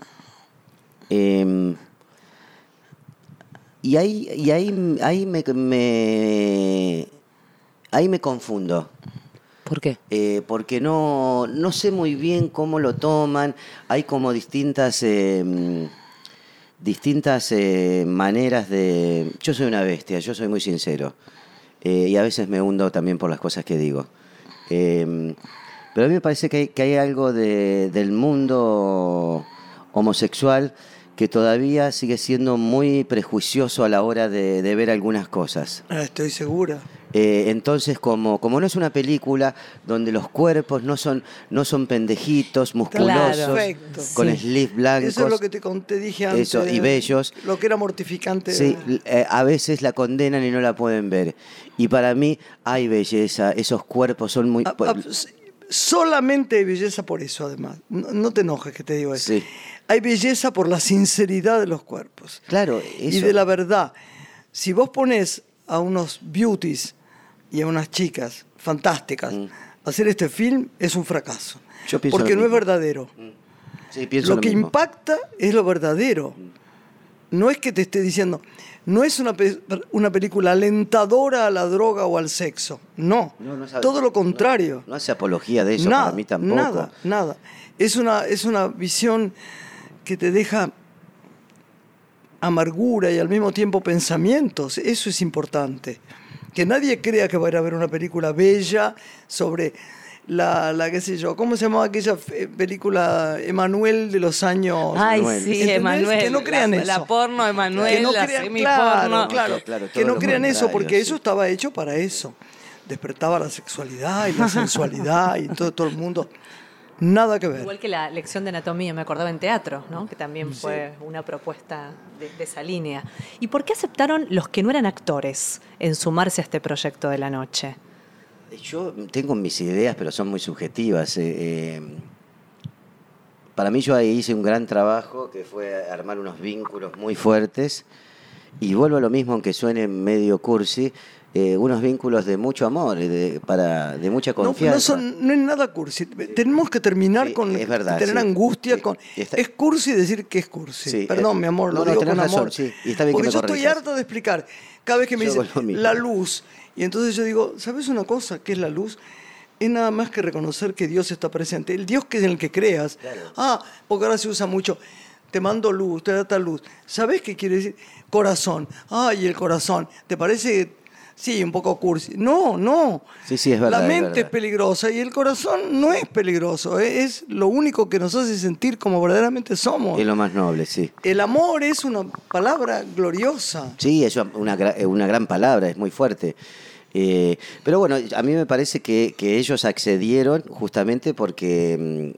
Speaker 3: y ahí me confundo.
Speaker 7: ¿Por qué?
Speaker 3: Porque no sé muy bien cómo lo toman. Hay como distintas maneras de... Yo soy una bestia, yo soy muy sincero. Y a veces me hundo también por las cosas que digo. Pero a mí me parece que hay algo del mundo homosexual que todavía sigue siendo muy prejuicioso a la hora de ver algunas cosas.
Speaker 1: Estoy segura.
Speaker 3: Entonces, como no es una película donde los cuerpos no son pendejitos, musculosos,
Speaker 7: Claro.
Speaker 1: Perfecto.
Speaker 3: con
Speaker 7: Sí.
Speaker 3: sleeves blancos.
Speaker 1: Eso es lo que te dije antes.
Speaker 3: Eso, y bellos.
Speaker 1: Lo que era mortificante.
Speaker 3: Sí, a veces la condenan y no la pueden ver. Y para mí hay belleza, esos cuerpos son muy...
Speaker 1: Solamente hay belleza por eso, además. No te enojes que te digo eso.
Speaker 3: Sí.
Speaker 1: Hay belleza por la sinceridad de los cuerpos.
Speaker 3: Claro,
Speaker 1: Y
Speaker 3: eso.
Speaker 1: de la verdad. Si vos pones a unos beauties y a unas chicas fantásticas a hacer este film, es un fracaso.
Speaker 3: Yo pienso
Speaker 1: Porque
Speaker 3: lo
Speaker 1: no es
Speaker 3: mismo.
Speaker 1: verdadero.
Speaker 3: Sí, pienso
Speaker 1: Lo
Speaker 3: lo
Speaker 1: que
Speaker 3: mismo.
Speaker 1: impacta es lo verdadero. No es que te esté diciendo, no es una película alentadora a la droga o al sexo. No,
Speaker 3: No,
Speaker 1: todo lo contrario.
Speaker 3: No hace apología de eso,
Speaker 1: Nada,
Speaker 3: para mí tampoco.
Speaker 1: Nada. Es una visión que te deja amargura y al mismo tiempo pensamientos. Eso es importante. Que nadie crea que va a ir a ver una película bella sobre la qué sé yo, ¿cómo se llamaba aquella película Emanuel de los años?
Speaker 7: Ay,
Speaker 3: Emanuel.
Speaker 7: sí,
Speaker 1: ¿Entendés?
Speaker 7: Emanuel.
Speaker 1: Que no crean eso.
Speaker 7: La porno Emanuel,
Speaker 1: Que no
Speaker 7: la
Speaker 1: crean,
Speaker 7: semiporno.
Speaker 1: claro,
Speaker 3: Claro,
Speaker 1: que
Speaker 3: todo
Speaker 1: no
Speaker 3: lo
Speaker 1: crean eso,
Speaker 3: contrario,
Speaker 1: porque
Speaker 3: sí.
Speaker 1: eso estaba hecho para eso. Despertaba la sexualidad y la sensualidad y todo el mundo. Nada que ver.
Speaker 2: Igual que la lección de anatomía, me acordaba en teatro, ¿no? Que también fue una propuesta de esa línea. ¿Y por qué aceptaron los que no eran actores en sumarse a este proyecto de la noche?
Speaker 3: Yo tengo mis ideas, pero son muy subjetivas. Para mí yo ahí hice un gran trabajo, que fue armar unos vínculos muy fuertes. Y vuelvo a lo mismo, aunque suene medio cursi, unos vínculos de mucho amor, de mucha confianza.
Speaker 1: No es nada cursi. Tenemos que terminar
Speaker 3: Sí,
Speaker 1: con
Speaker 3: es verdad,
Speaker 1: tener
Speaker 3: sí.
Speaker 1: angustia.
Speaker 3: Sí,
Speaker 1: Es cursi decir que es cursi.
Speaker 3: Sí,
Speaker 1: Perdón, mi amor, lo
Speaker 3: no,
Speaker 1: digo
Speaker 3: tenés
Speaker 1: con
Speaker 3: razón,
Speaker 1: amor.
Speaker 3: sí, y está bien
Speaker 1: Porque
Speaker 3: que me
Speaker 1: yo estoy
Speaker 3: corrijas.
Speaker 1: harto de explicar. Cada vez que me
Speaker 3: Yo
Speaker 1: dicen
Speaker 3: hago lo mismo.
Speaker 1: la luz, y entonces yo digo, ¿sabes una cosa? ¿Qué es la luz? Es nada más que reconocer que Dios está presente. El Dios que es en el que creas.
Speaker 3: Claro.
Speaker 1: Porque ahora se usa mucho. Te mando luz, te da tal luz. ¿Sabes qué quiere decir? Corazón. Ay, el corazón. ¿Te parece? Sí, un poco cursi. No.
Speaker 3: Sí, es verdad.
Speaker 1: La
Speaker 3: es
Speaker 1: mente
Speaker 3: verdad.
Speaker 1: es peligrosa y el corazón no es peligroso. Es lo único que nos hace sentir como verdaderamente somos.
Speaker 3: Es lo más noble, sí.
Speaker 1: El amor es una palabra gloriosa.
Speaker 3: Sí, es una gran palabra, es muy fuerte. Pero bueno, a mí me parece que ellos accedieron justamente porque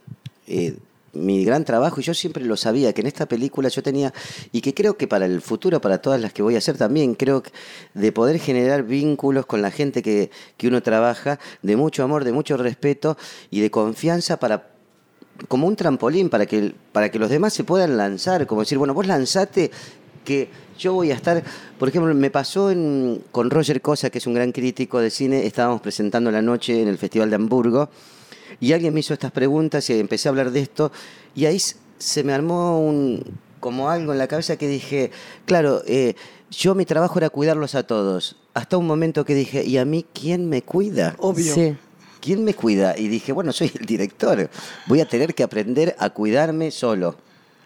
Speaker 3: mi gran trabajo, y yo siempre lo sabía, que en esta película yo tenía, y que creo que para el futuro, para todas las que voy a hacer también, creo que de poder generar vínculos con la gente que uno trabaja, de mucho amor, de mucho respeto y de confianza como un trampolín para que los demás se puedan lanzar, como decir, bueno, vos lanzate, que yo voy a estar... Por ejemplo, me pasó con Roger Cosa, que es un gran crítico de cine, estábamos presentando la noche en el Festival de Hamburgo, y alguien me hizo estas preguntas y empecé a hablar de esto, y ahí se me armó como algo en la cabeza que dije, claro, yo mi trabajo era cuidarlos a todos, hasta un momento que dije, ¿y a mí quién me cuida?
Speaker 1: Obvio.
Speaker 7: Sí.
Speaker 3: ¿Quién me cuida? Y dije, bueno, soy el director, voy a tener que aprender a cuidarme solo.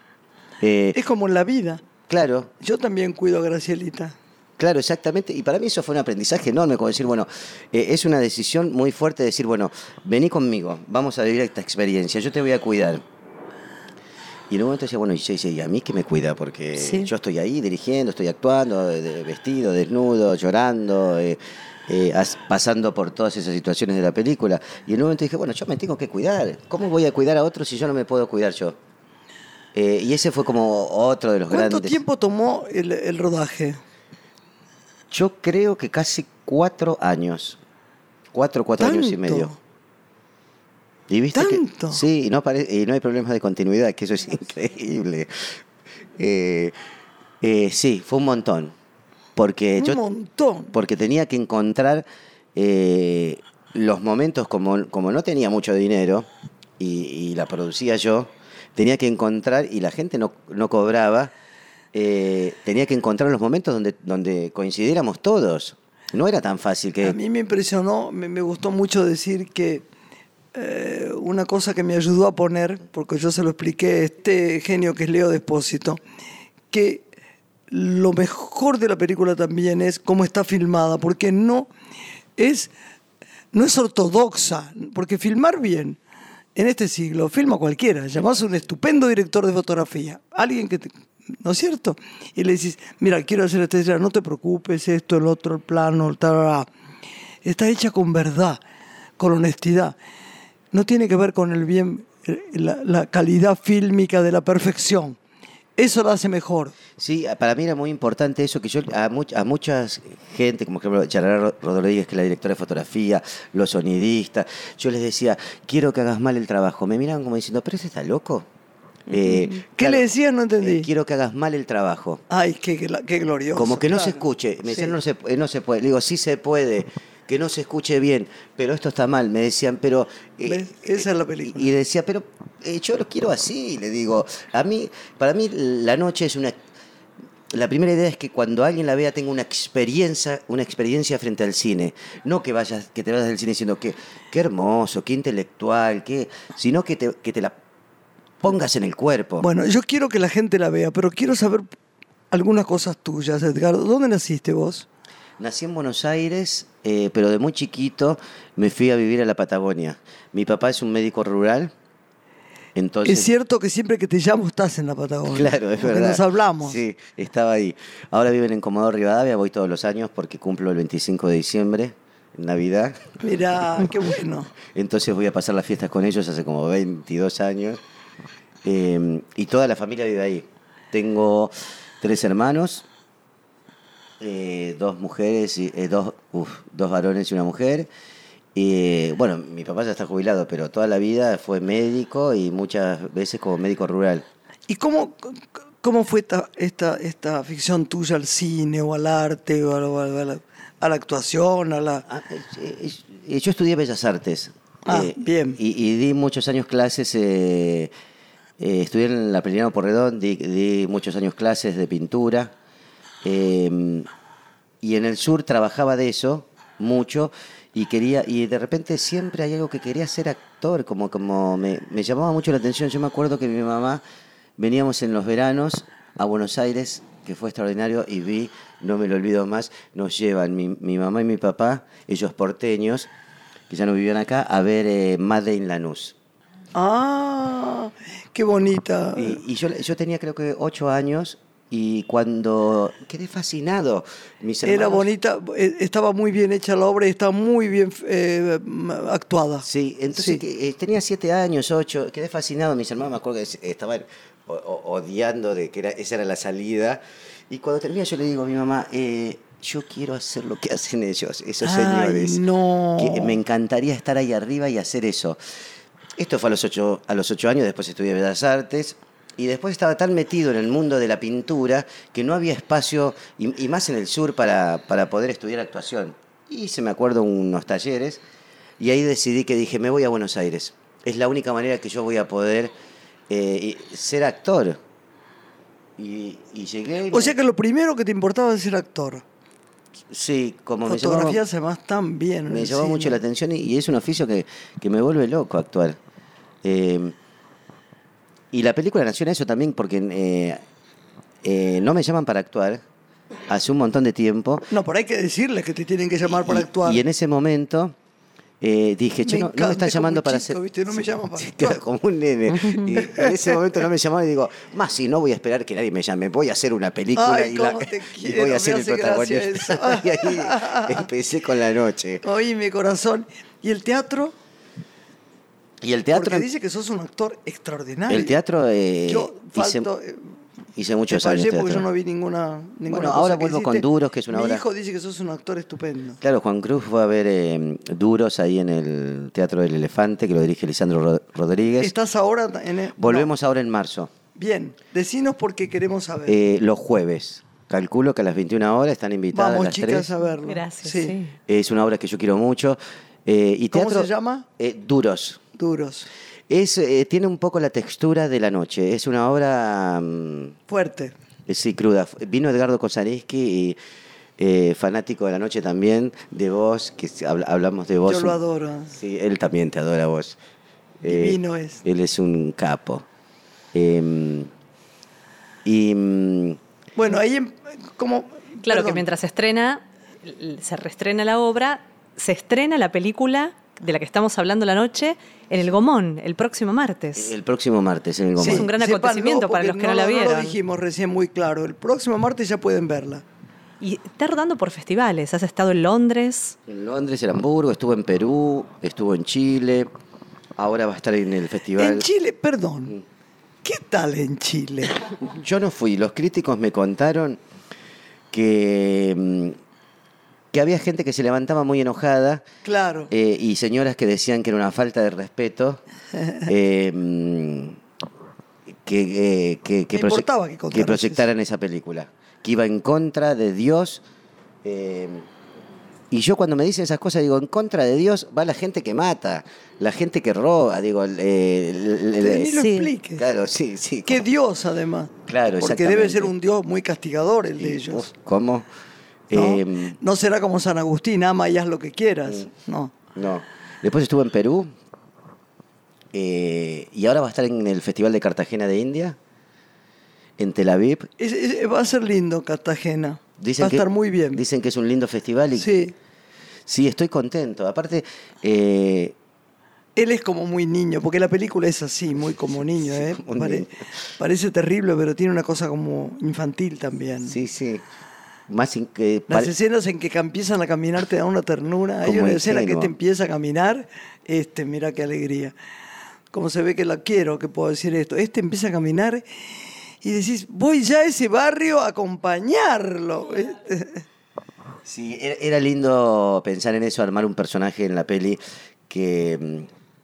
Speaker 1: Es como en la vida.
Speaker 3: Claro,
Speaker 1: Yo también cuido a Gracielita.
Speaker 3: claro, exactamente. Y para mí eso fue un aprendizaje enorme, como decir, bueno, es una decisión muy fuerte decir, bueno, vení conmigo, vamos a vivir esta experiencia, yo te voy a cuidar. Y en un momento decía, bueno, ¿y a mí qué me cuida? Porque
Speaker 7: Sí.
Speaker 3: yo estoy ahí dirigiendo, estoy actuando, vestido, desnudo, llorando, pasando por todas esas situaciones de la película. Y en un momento dije, bueno, yo me tengo que cuidar. ¿Cómo voy a cuidar a otros si yo no me puedo cuidar yo? Y ese fue como otro de los
Speaker 1: ¿Cuánto
Speaker 3: grandes...
Speaker 1: tiempo tomó el rodaje?
Speaker 3: Yo creo que casi 4 años. 4 años y
Speaker 1: ¿Tanto?
Speaker 3: medio. ¿Y viste que-
Speaker 1: ¿Tanto?
Speaker 3: sí, y no hay problemas de continuidad, que eso es increíble. Sí, fue un montón. Porque
Speaker 1: Un montón.
Speaker 3: porque tenía que encontrar los momentos, como no tenía mucho dinero y la producía yo, tenía que encontrar, y la gente no cobraba, tenía que encontrar los momentos donde coincidiéramos todos. No era tan fácil que...
Speaker 1: A mí me impresionó, me gustó mucho decir que una cosa que me ayudó a poner, porque yo se lo expliqué a este genio que es Leo Despósito, que lo mejor de la película también es cómo está filmada, porque no es ortodoxa, porque filmar bien en este siglo, filma cualquiera, llamás a un estupendo director de fotografía, alguien que ¿no es cierto? Y le decís, mira, quiero hacer esta escena, no te preocupes, esto, el otro, el plano, el tal, está hecha con verdad, con honestidad. No tiene que ver con el bien, la calidad fílmica de la perfección. Eso lo hace mejor.
Speaker 3: Sí, para mí era muy importante eso, que yo a mucha gente, como por ejemplo Yarara Rodríguez, que es la directora de fotografía, los sonidistas, yo les decía, quiero que hagas mal el trabajo. Me miraban como diciendo, ¿pero ese está loco?
Speaker 1: ¿Qué
Speaker 3: claro,
Speaker 1: le decías? No entendí.
Speaker 3: Quiero que hagas mal el trabajo.
Speaker 1: Ay, qué glorioso.
Speaker 3: Como que no
Speaker 1: claro.
Speaker 3: se escuche. Me decían,
Speaker 1: Sí.
Speaker 3: no se puede. Le digo, sí se puede, que no se escuche bien, pero esto está mal. Me decían, pero...
Speaker 1: ¿Ves? Esa es la película.
Speaker 3: Y decía, pero yo lo quiero así. Le digo, para mí la noche es una... La primera idea es que cuando alguien la vea tenga una experiencia frente al cine. No que te vayas del cine diciendo qué hermoso, qué intelectual, sino que te la pongas en el cuerpo.
Speaker 1: Bueno, yo quiero que la gente la vea, pero quiero saber algunas cosas tuyas, Edgardo. ¿Dónde naciste vos?
Speaker 3: Nací en Buenos Aires, pero de muy chiquito me fui a vivir a la Patagonia. Mi papá es un médico rural, entonces...
Speaker 1: Es cierto que siempre que te llamo estás en la Patagonia.
Speaker 3: Claro, es
Speaker 1: porque
Speaker 3: verdad.
Speaker 1: nos hablamos.
Speaker 3: Sí, estaba ahí. Ahora viven en Comodoro Rivadavia, voy todos los años porque cumplo el 25 de diciembre, Navidad.
Speaker 1: Mirá, qué bueno.
Speaker 3: Entonces voy a pasar las fiestas con ellos hace como 22 años. Y toda la familia vive ahí. Tengo 3 hermanos, 2 mujeres, dos varones y una mujer. Bueno, mi papá ya está jubilado, pero toda la vida fue médico y muchas veces como médico rural.
Speaker 1: ¿Y cómo fue esta ficción tuya al cine o al arte o a la actuación?
Speaker 3: Yo estudié Bellas Artes.
Speaker 1: Bien.
Speaker 3: Y di muchos años clases. Estudié en la Priliano Porredón, di muchos años clases de pintura. Y en el sur trabajaba de eso mucho. Y de repente siempre hay algo que quería ser actor, como me llamaba mucho la atención. Yo me acuerdo que mi mamá, veníamos en los veranos a Buenos Aires, que fue extraordinario, y no me lo olvido más, nos llevan mi mamá y mi papá, ellos porteños, que ya no vivían acá, a ver Made in Lanús.
Speaker 1: ¡Ah! ¡Qué bonita!
Speaker 3: Y yo tenía creo que 8 años. Y cuando quedé fascinado, mis hermanos...
Speaker 1: Era bonita, estaba muy bien hecha la obra y estaba muy bien actuada.
Speaker 3: Sí, entonces tenía 7 años, 8, quedé fascinado. Mis hermanos me acuerdo que estaban odiando de que esa era la salida. Y cuando terminé yo le digo a mi mamá, yo quiero hacer lo que hacen ellos, esos señores.
Speaker 1: No.
Speaker 3: Que me encantaría estar ahí arriba y hacer eso. Esto fue a los 8 años, después estudié Bellas Artes. Y después estaba tan metido en el mundo de la pintura que no había espacio, y más en el sur, para poder estudiar actuación. Hice, me acuerdo, unos talleres y ahí decidí que dije, me voy a Buenos Aires. Es la única manera que yo voy a poder ser actor. Y llegué...
Speaker 1: O sea que lo primero que te importaba es ser actor.
Speaker 3: Sí, como
Speaker 1: Fotografía se más tan bien. en
Speaker 3: me
Speaker 1: el
Speaker 3: llamó
Speaker 1: cine.
Speaker 3: mucho la atención y es un oficio que me vuelve loco actuar. Y la película nació en eso también porque no me llaman para actuar hace un montón de tiempo.
Speaker 1: No, pero hay que decirles que te tienen que llamar para actuar.
Speaker 3: Y en ese momento dije, che, no me están llamando para hacer...
Speaker 1: ¿Viste? No me llaman para
Speaker 3: Sí,
Speaker 1: actuar.
Speaker 3: claro, como un nene. Y en ese momento no me llamaron y digo, más si no voy a esperar que nadie me llame, voy a hacer una película
Speaker 1: Ay,
Speaker 3: y
Speaker 1: cómo te
Speaker 3: y
Speaker 1: quiero,
Speaker 3: voy a
Speaker 1: me
Speaker 3: ser el
Speaker 1: hace gracia
Speaker 3: protagonista.
Speaker 1: eso.
Speaker 3: Y ahí empecé con la noche.
Speaker 1: Oye, mi corazón. ¿Y el teatro?
Speaker 3: Y el teatro...
Speaker 1: Porque dice que sos un actor extraordinario.
Speaker 3: El teatro...
Speaker 1: Yo
Speaker 3: hice-
Speaker 1: falto...
Speaker 3: Hice muchos
Speaker 1: Te
Speaker 3: años
Speaker 1: fallé porque
Speaker 3: teatro.
Speaker 1: yo no vi ninguna
Speaker 3: Bueno,
Speaker 1: cosa
Speaker 3: ahora
Speaker 1: que
Speaker 3: vuelvo
Speaker 1: hiciste.
Speaker 3: con Duros, que es una
Speaker 1: Mi
Speaker 3: obra-
Speaker 1: hijo dice que sos un actor estupendo.
Speaker 3: Claro, Juan Cruz fue a ver Duros ahí en el Teatro del Elefante, que lo dirige Lisandro Rodríguez.
Speaker 1: ¿Estás ahora en
Speaker 3: Volvemos ahora en marzo,
Speaker 1: no. Bien, decinos porque queremos saber.
Speaker 3: los jueves. Calculo que a las 21 horas están invitadas
Speaker 1: Vamos,
Speaker 3: las
Speaker 1: chicas,
Speaker 3: 3.
Speaker 1: a verlo.
Speaker 2: Gracias,
Speaker 1: Sí.
Speaker 2: sí.
Speaker 3: Es una obra que yo quiero mucho. Y
Speaker 1: ¿Cómo
Speaker 3: teatro,
Speaker 1: se llama?
Speaker 3: Duros.
Speaker 1: Duros.
Speaker 3: Tiene un poco la textura de la noche. Es una obra,
Speaker 1: Fuerte.
Speaker 3: sí, cruda. Vino Edgardo Kozaniski, y fanático de la noche también, de vos, que hablamos de vos.
Speaker 1: Yo lo adoro.
Speaker 3: Sí, él también te adora a vos.
Speaker 1: Divino es.
Speaker 3: Él es un capo. Y
Speaker 1: Bueno, ahí como...
Speaker 2: Claro
Speaker 1: perdón.
Speaker 2: que mientras se estrena, se reestrena la obra, se estrena la película de la que estamos hablando la noche en el Gomón, el próximo martes.
Speaker 3: el próximo martes en el Gomón.
Speaker 2: Es un gran
Speaker 1: sépanlo,
Speaker 2: acontecimiento para
Speaker 1: porque
Speaker 2: los que no la
Speaker 1: No
Speaker 2: vieron.
Speaker 1: lo dijimos recién muy claro. El próximo martes ya pueden verla.
Speaker 2: Y está rodando por festivales. Has estado en Londres.
Speaker 3: En Londres, en Hamburgo, estuvo en Perú, estuvo en Chile, ahora va a estar en el festival.
Speaker 1: En Chile, perdón. ¿Qué tal en Chile?
Speaker 3: Yo no fui, los críticos me contaron que había gente que se levantaba muy enojada
Speaker 1: Claro.
Speaker 3: y señoras que decían que era una falta de respeto. Que
Speaker 1: Me importaba que contaras
Speaker 3: proyectaran esa película, que iba en contra de Dios. Y yo cuando me dicen esas cosas digo, en contra de Dios va la gente que mata, la gente que roba, digo...
Speaker 1: Ni lo
Speaker 7: Sí.
Speaker 1: expliques.
Speaker 3: Claro, sí, sí.
Speaker 1: Qué Dios, además.
Speaker 3: Claro,
Speaker 1: Porque debe
Speaker 3: exactamente.
Speaker 1: ser un Dios muy castigador el de
Speaker 3: Y,
Speaker 1: ellos.
Speaker 3: ¿Cómo?
Speaker 1: ¿No? No será como San Agustín, ama y haz lo que quieras. No.
Speaker 3: No. Después estuvo en Perú. Y ahora va a estar en el Festival de Cartagena de India, en Tel Aviv.
Speaker 1: Va a ser lindo Cartagena.
Speaker 3: Dicen
Speaker 1: Va a
Speaker 3: que-
Speaker 1: estar muy bien.
Speaker 3: Dicen que es un lindo festival. Y,
Speaker 1: Sí.
Speaker 3: sí, estoy contento. Aparte,
Speaker 1: Él es como muy niño, porque la película es así, muy como niño. ¿eh?
Speaker 3: como niño.
Speaker 1: Parece terrible, pero tiene una cosa como infantil también.
Speaker 3: sí, sí. Más que
Speaker 1: Las escenas en que empiezan a caminar te dan una ternura. Hay
Speaker 3: Como
Speaker 1: una escena que
Speaker 3: ingenuo.
Speaker 1: te empieza a caminar, mira qué alegría. Como se ve que la quiero, que puedo decir esto. Empieza a caminar y decís, voy ya a ese barrio a acompañarlo.
Speaker 3: Sí, era lindo pensar en eso, armar un personaje en la peli que...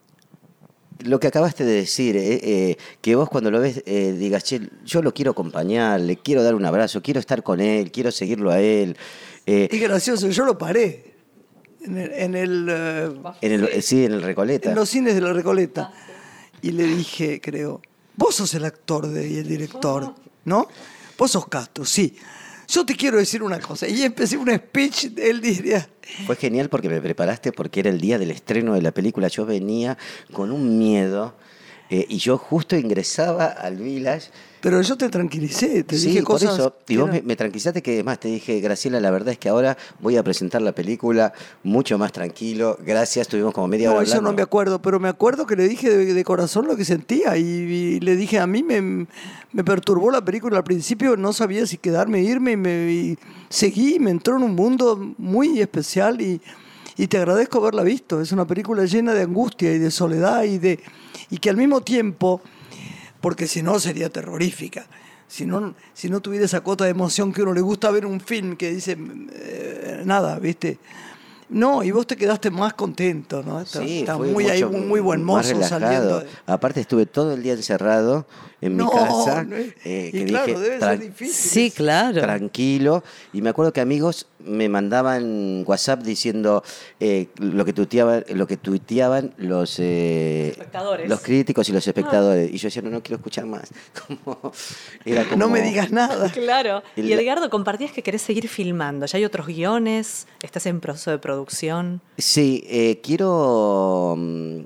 Speaker 3: lo que acabaste de decir, que vos cuando lo ves digas, che, yo lo quiero acompañar, le quiero dar un abrazo, quiero estar con él, quiero seguirlo a él.
Speaker 1: Es gracioso, yo lo paré en
Speaker 3: En el Recoleta.
Speaker 1: en los cines de la Recoleta. Y le dije, creo, vos sos el actor y el director, ¿no? Vos sos Castro, sí. Yo te quiero decir una cosa. Y empecé un speech, él diría...
Speaker 3: Fue genial porque me preparaste porque era el día del estreno de la película. Yo venía con un miedo y yo justo ingresaba al Village.
Speaker 1: Pero yo te tranquilicé, te
Speaker 3: Sí,
Speaker 1: dije
Speaker 3: por
Speaker 1: cosas...
Speaker 3: eso. Y
Speaker 1: que
Speaker 3: vos
Speaker 1: eran-
Speaker 3: me tranquilizaste que además te dije, Graciela, la verdad es que ahora voy a presentar la película mucho más tranquilo. Gracias, tuvimos como media hora
Speaker 1: No, eso no
Speaker 3: hablando.
Speaker 1: me acuerdo, pero me acuerdo que le dije de corazón lo que sentía y le dije, a mí me perturbó la película al principio, no sabía si quedarme, irme y seguí, me entró en un mundo muy especial y te agradezco haberla visto. Es una película llena de angustia y de soledad y que al mismo tiempo, porque si no sería terrorífica. Si no tuviera esa cuota de emoción que a uno le gusta ver un film que dice nada, ¿viste? No, y vos te quedaste más contento, ¿no?
Speaker 3: Sí,
Speaker 1: Está
Speaker 3: fue
Speaker 1: muy, ahí,
Speaker 3: mucho
Speaker 1: un muy buen
Speaker 3: más
Speaker 1: mozo
Speaker 3: relajado.
Speaker 1: saliendo.
Speaker 3: Aparte estuve todo el día encerrado en mi
Speaker 1: No,
Speaker 3: casa.
Speaker 1: no,
Speaker 3: que
Speaker 1: y claro,
Speaker 3: dije,
Speaker 1: debe ser difícil.
Speaker 7: Sí, claro.
Speaker 3: tranquilo. Y me acuerdo que amigos me mandaban WhatsApp diciendo lo que tuiteaban los
Speaker 2: Espectadores.
Speaker 3: los críticos y los espectadores. Y yo decía, no quiero escuchar más. Era como...
Speaker 1: No me digas nada.
Speaker 2: Claro. Y
Speaker 3: La-
Speaker 2: Edgardo, compartías que querés seguir filmando. Ya hay otros guiones, estás en proceso de producción.
Speaker 3: Sí, quiero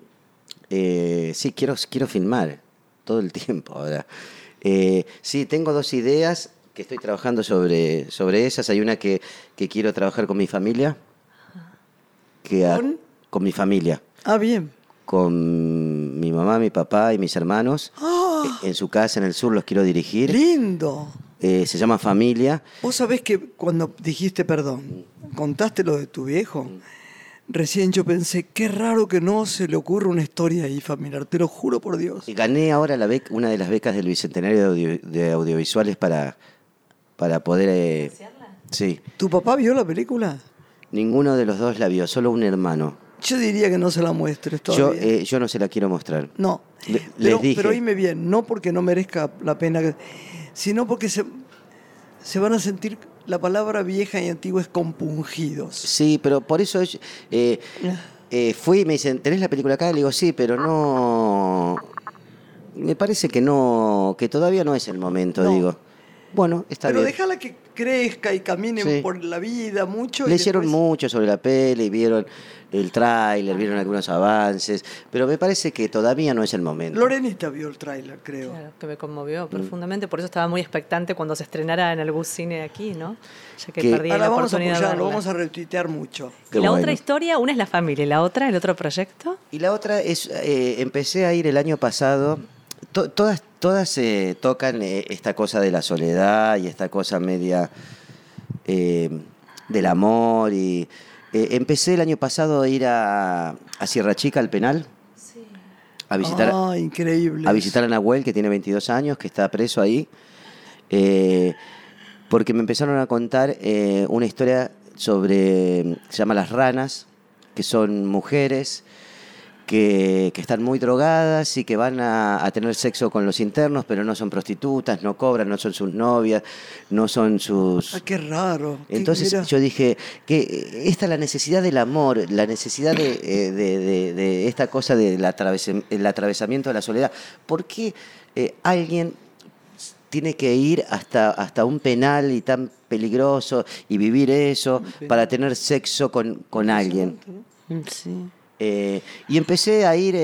Speaker 3: filmar todo el tiempo ahora. Sí, tengo 2 ideas que estoy trabajando sobre esas. Hay una que quiero trabajar con mi familia.
Speaker 1: ¿Con?
Speaker 3: Con mi familia.
Speaker 1: Ah, bien.
Speaker 3: Con mi mamá, mi papá y mis hermanos.
Speaker 1: ¡Ah!
Speaker 3: En su casa, en el sur, los quiero dirigir.
Speaker 1: Lindo.
Speaker 3: Se llama Familia.
Speaker 1: Vos sabés que cuando dijiste perdón, contaste lo de tu viejo, recién yo pensé, qué raro que no se le ocurra una historia ahí familiar, te lo juro por Dios.
Speaker 3: Y gané ahora una de las becas del Bicentenario de Audiovisuales para poder... sí.
Speaker 1: ¿Tu papá vio la película?
Speaker 3: Ninguno de los dos la vio, solo un hermano.
Speaker 1: Yo diría que no se la muestres todavía.
Speaker 3: Yo no se la quiero mostrar.
Speaker 1: No,
Speaker 3: Les dije.
Speaker 1: pero oíme bien, no porque no merezca la pena, sino porque se van a sentir, la palabra vieja y antigua es compungidos.
Speaker 3: Sí, pero por eso fui y me dicen, ¿tenés la película acá? Le digo, sí, pero no... Me parece que no, que todavía no es el momento,
Speaker 1: No.
Speaker 3: digo. Bueno, está
Speaker 1: Pero
Speaker 3: bien.
Speaker 1: déjala que crezca y camine
Speaker 3: Sí.
Speaker 1: por la vida mucho.
Speaker 3: Le
Speaker 1: y
Speaker 3: hicieron
Speaker 1: después-
Speaker 3: mucho sobre la peli, vieron el tráiler, vieron algunos avances, pero me parece que todavía no es el momento.
Speaker 1: Lorenita vio el tráiler, creo.
Speaker 2: Claro, que me conmovió profundamente, por eso estaba muy expectante cuando se estrenara en algún cine aquí, ¿no? Ya que
Speaker 3: Que-
Speaker 2: perdí
Speaker 1: Ahora
Speaker 2: la
Speaker 1: vamos a
Speaker 2: oportunidad de
Speaker 1: apoyarlo,
Speaker 2: verla.
Speaker 1: vamos a retuitear mucho.
Speaker 3: Qué
Speaker 2: Y la
Speaker 3: bueno.
Speaker 2: otra historia, una es la familia, y la otra, el otro proyecto.
Speaker 3: Y la otra es, empecé a ir el año pasado, todas tocan esta cosa de la soledad y esta cosa media del amor. Y empecé el año pasado a ir a Sierra Chica, al penal, a visitar,
Speaker 1: Increíble.
Speaker 3: a visitar a Nahuel, que tiene 22 años, que está preso ahí, porque me empezaron a contar una historia se llama Las Ranas, que son mujeres que están muy drogadas y que van a tener sexo con los internos, pero no son prostitutas, no cobran, no son sus novias, no son sus...
Speaker 1: Qué raro.
Speaker 3: Entonces
Speaker 1: Mira,
Speaker 3: yo dije que esta es la necesidad del amor, la necesidad de esta cosa del atravesamiento de la soledad. ¿Por qué alguien tiene que ir hasta un penal y tan peligroso y vivir eso para tener sexo con alguien?
Speaker 7: Sí.
Speaker 3: Y empecé a ir,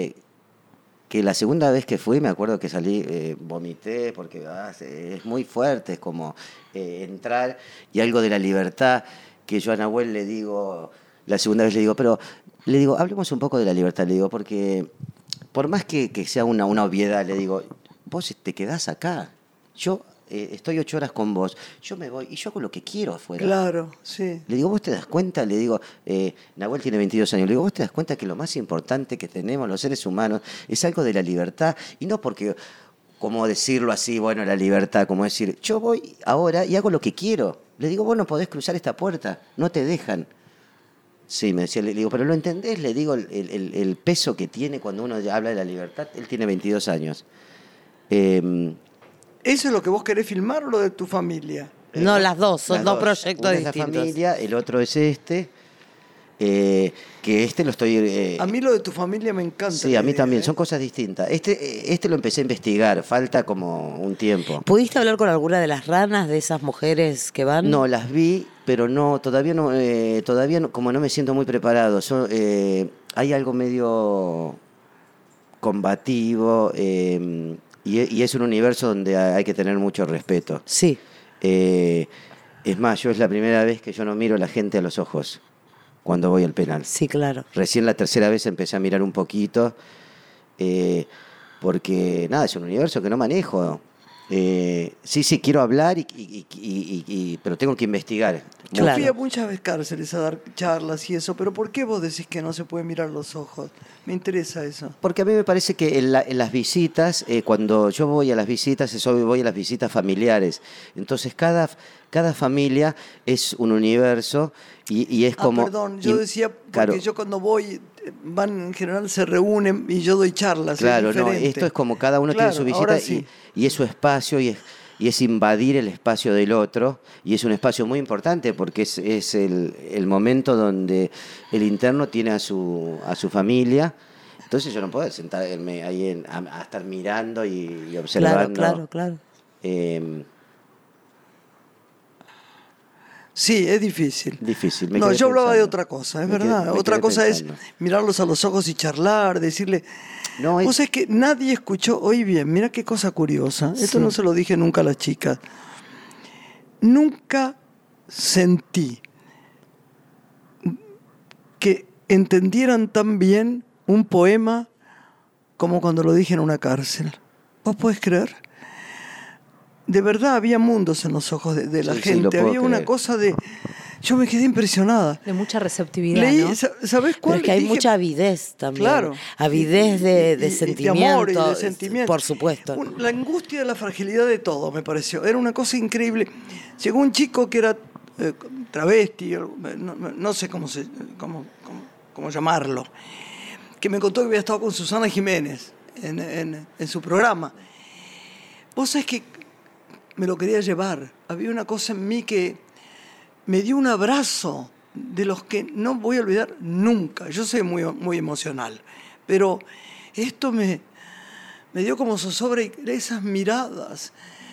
Speaker 3: que la segunda vez que fui, me acuerdo que salí, vomité, porque es muy fuerte, es como entrar, y algo de la libertad, que yo a Nahuel le digo, la segunda vez le digo, hablemos un poco de la libertad, le digo, porque por más que sea una obviedad, le digo, vos te quedás acá, yo estoy 8 horas con vos, yo me voy y yo hago lo que quiero afuera.
Speaker 1: claro, sí.
Speaker 3: Le digo, ¿vos te das cuenta? Le digo, Nahuel tiene 22 años. Le digo, ¿vos te das cuenta que lo más importante que tenemos los seres humanos es algo de la libertad? Y no porque, como decirlo así, bueno, la libertad, como decir, yo voy ahora y hago lo que quiero. Le digo, vos no podés cruzar esta puerta, no te dejan. Sí, me decía, le digo, pero ¿lo entendés? Le digo el peso que tiene cuando uno habla de la libertad. Él tiene 22 años.
Speaker 1: ¿Eso es lo que vos querés filmar o lo de tu familia?
Speaker 7: No, las dos, son
Speaker 3: Las
Speaker 7: dos proyectos
Speaker 3: Uno
Speaker 7: distintos.
Speaker 3: es la familia, el otro es este. Que lo estoy...
Speaker 1: A mí lo de tu familia me encanta.
Speaker 3: sí,
Speaker 1: la
Speaker 3: a mí
Speaker 1: idea,
Speaker 3: también,
Speaker 1: ¿eh?
Speaker 3: son cosas distintas. Este lo empecé a investigar, falta como un tiempo.
Speaker 7: ¿Pudiste hablar con alguna de las ranas de esas mujeres que van?
Speaker 3: No, las vi, pero no, todavía no, como no me siento muy preparado. Hay algo medio combativo y es un universo donde hay que tener mucho respeto.
Speaker 7: Sí.
Speaker 3: Es más, yo es la primera vez que yo no miro a la gente a los ojos cuando voy al penal.
Speaker 7: Sí, claro.
Speaker 3: Recién la tercera vez empecé a mirar un poquito, porque nada, es un universo que no manejo. Sí, quiero hablar, pero tengo que investigar.
Speaker 1: Yo
Speaker 7: Claro.
Speaker 1: fui a muchas cárceles a dar charlas y eso, pero ¿por qué vos decís que no se puede mirar los ojos? Me interesa eso.
Speaker 3: Porque a mí me parece que en las visitas, cuando yo voy a las visitas, voy a las visitas familiares. Entonces cada familia es un universo y es como...
Speaker 1: Perdón, yo decía, porque
Speaker 3: claro,
Speaker 1: yo cuando voy, van en general, se reúnen y yo doy charlas.
Speaker 3: claro,
Speaker 1: es
Speaker 3: no,
Speaker 1: diferente.
Speaker 3: esto es como cada uno
Speaker 1: Claro,
Speaker 3: tiene su visita
Speaker 1: ahora sí.
Speaker 3: y es su espacio y es invadir el espacio del otro, y es un espacio muy importante porque es el momento donde el interno tiene a su familia. Entonces yo no puedo sentarme ahí a estar mirando y observando.
Speaker 7: Claro.
Speaker 1: Sí, es difícil.
Speaker 3: Difícil. me
Speaker 1: No,
Speaker 3: quedé
Speaker 1: yo hablaba de
Speaker 3: pensando.
Speaker 1: otra cosa, es
Speaker 3: Me quedé-
Speaker 1: verdad.
Speaker 3: me
Speaker 1: Otra
Speaker 3: quedé
Speaker 1: cosa
Speaker 3: pensando.
Speaker 1: es mirarlos a los ojos y charlar, decirle...
Speaker 3: No,
Speaker 1: Vos sabés que nadie escuchó, oí bien, mira qué cosa curiosa, esto no se lo dije nunca a las chicas. Nunca sentí que entendieran tan bien un poema como cuando lo dije en una cárcel. ¿Vos podés creer? De verdad había mundos en los ojos de la
Speaker 3: Sí, sí, lo
Speaker 1: gente,
Speaker 3: puedo
Speaker 1: había una
Speaker 3: creer.
Speaker 1: cosa de Yo me quedé impresionada.
Speaker 2: De mucha receptividad,
Speaker 1: Leí,
Speaker 2: ¿no?
Speaker 1: ¿sabés
Speaker 7: Pero
Speaker 1: cuál?
Speaker 7: es que hay
Speaker 1: Dije,
Speaker 7: mucha avidez también.
Speaker 1: Claro.
Speaker 7: Avidez de
Speaker 1: de
Speaker 7: sentimiento.
Speaker 1: amor y de sentimiento.
Speaker 7: Por supuesto.
Speaker 1: La angustia de la fragilidad de todo, me pareció. Era una cosa increíble. Llegó un chico que era travesti, no sé cómo llamarlo, que me contó que había estado con Susana Jiménez en su programa. Vos sabés que me lo quería llevar. Había una cosa en mí que me dio un abrazo de los que no voy a olvidar nunca. Yo soy muy, muy emocional, pero esto me dio como zozobra y esas miradas,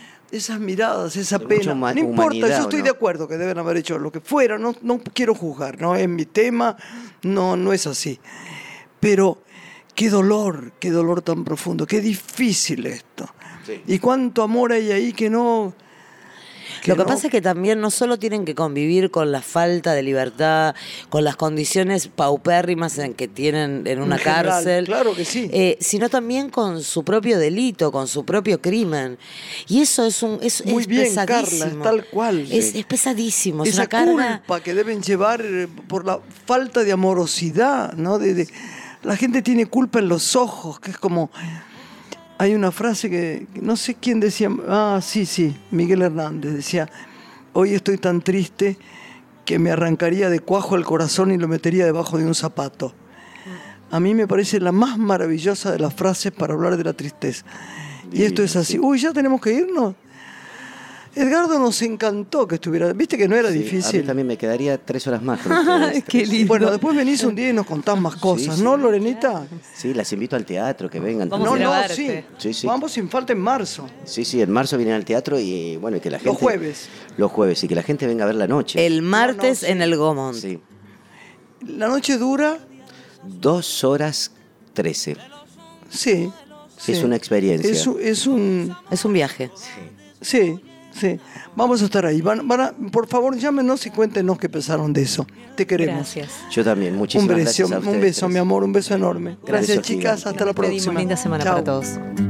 Speaker 1: esa pena. No importa, yo estoy de acuerdo que deben haber hecho lo que fuera, no quiero juzgar, no es mi tema, no es así. Pero qué dolor tan profundo, qué difícil esto. Sí. Y cuánto amor hay ahí que no...
Speaker 7: Lo que pasa es que también no solo tienen que convivir con la falta de libertad, con las condiciones paupérrimas en que tienen en una cárcel,
Speaker 1: claro que sí,
Speaker 7: sino también con su propio delito, con su propio crimen. Y eso es
Speaker 1: muy bien,
Speaker 7: pesadísimo.
Speaker 1: Carla, es tal cual.
Speaker 7: Es pesadísimo.
Speaker 1: Esa
Speaker 7: es una carga...
Speaker 1: culpa que deben llevar por la falta de amorosidad, ¿no? La gente tiene culpa en los ojos, que es como... Hay una frase que no sé quién decía, sí, Miguel Hernández decía, hoy estoy tan triste que me arrancaría de cuajo el corazón y lo metería debajo de un zapato. A mí me parece la más maravillosa de las frases para hablar de la tristeza. Y esto es así. Uy, ya tenemos que irnos. Edgardo, nos encantó que estuviera. Viste que no era difícil.
Speaker 3: A mí también me quedaría 3 horas más con ustedes.
Speaker 2: Qué lindo.
Speaker 1: Bueno, después venís un día y nos contás más cosas,
Speaker 3: sí.
Speaker 1: ¿no, Lorenita?
Speaker 3: Sí, las invito al teatro, que vengan.
Speaker 2: Vamos a verte.
Speaker 3: Sí.
Speaker 1: Vamos sin falta en marzo.
Speaker 3: Sí, en marzo vienen al teatro y bueno, y que la gente... Los jueves, y que la gente venga a ver la noche.
Speaker 7: El martes en el Gomont.
Speaker 3: Sí.
Speaker 1: La noche dura...
Speaker 3: 2 horas 13.
Speaker 1: Sí.
Speaker 3: Es una experiencia.
Speaker 1: Es un
Speaker 7: viaje.
Speaker 1: Sí. Vamos a estar ahí. Por favor, llámenos y cuéntenos qué pensaron de eso. Te queremos.
Speaker 2: Gracias.
Speaker 3: Yo también. Muchísimas gracias a ustedes.
Speaker 1: Un beso, mi amor. Un beso enorme. Gracias, chicas. Hasta la próxima.
Speaker 2: Linda semana
Speaker 1: Chao.
Speaker 2: para todos.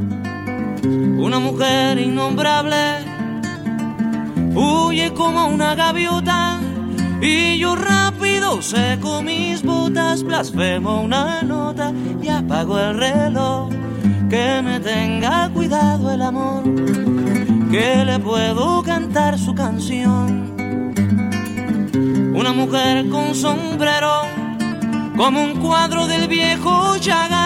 Speaker 4: Una mujer innombrable huye como una gaviota y yo rápido seco mis botas, blasfemo una nota y apago el reloj. Que me tenga cuidado el amor, que le puedo cantar su canción. Una mujer con sombrero, como un cuadro del viejo Chagall.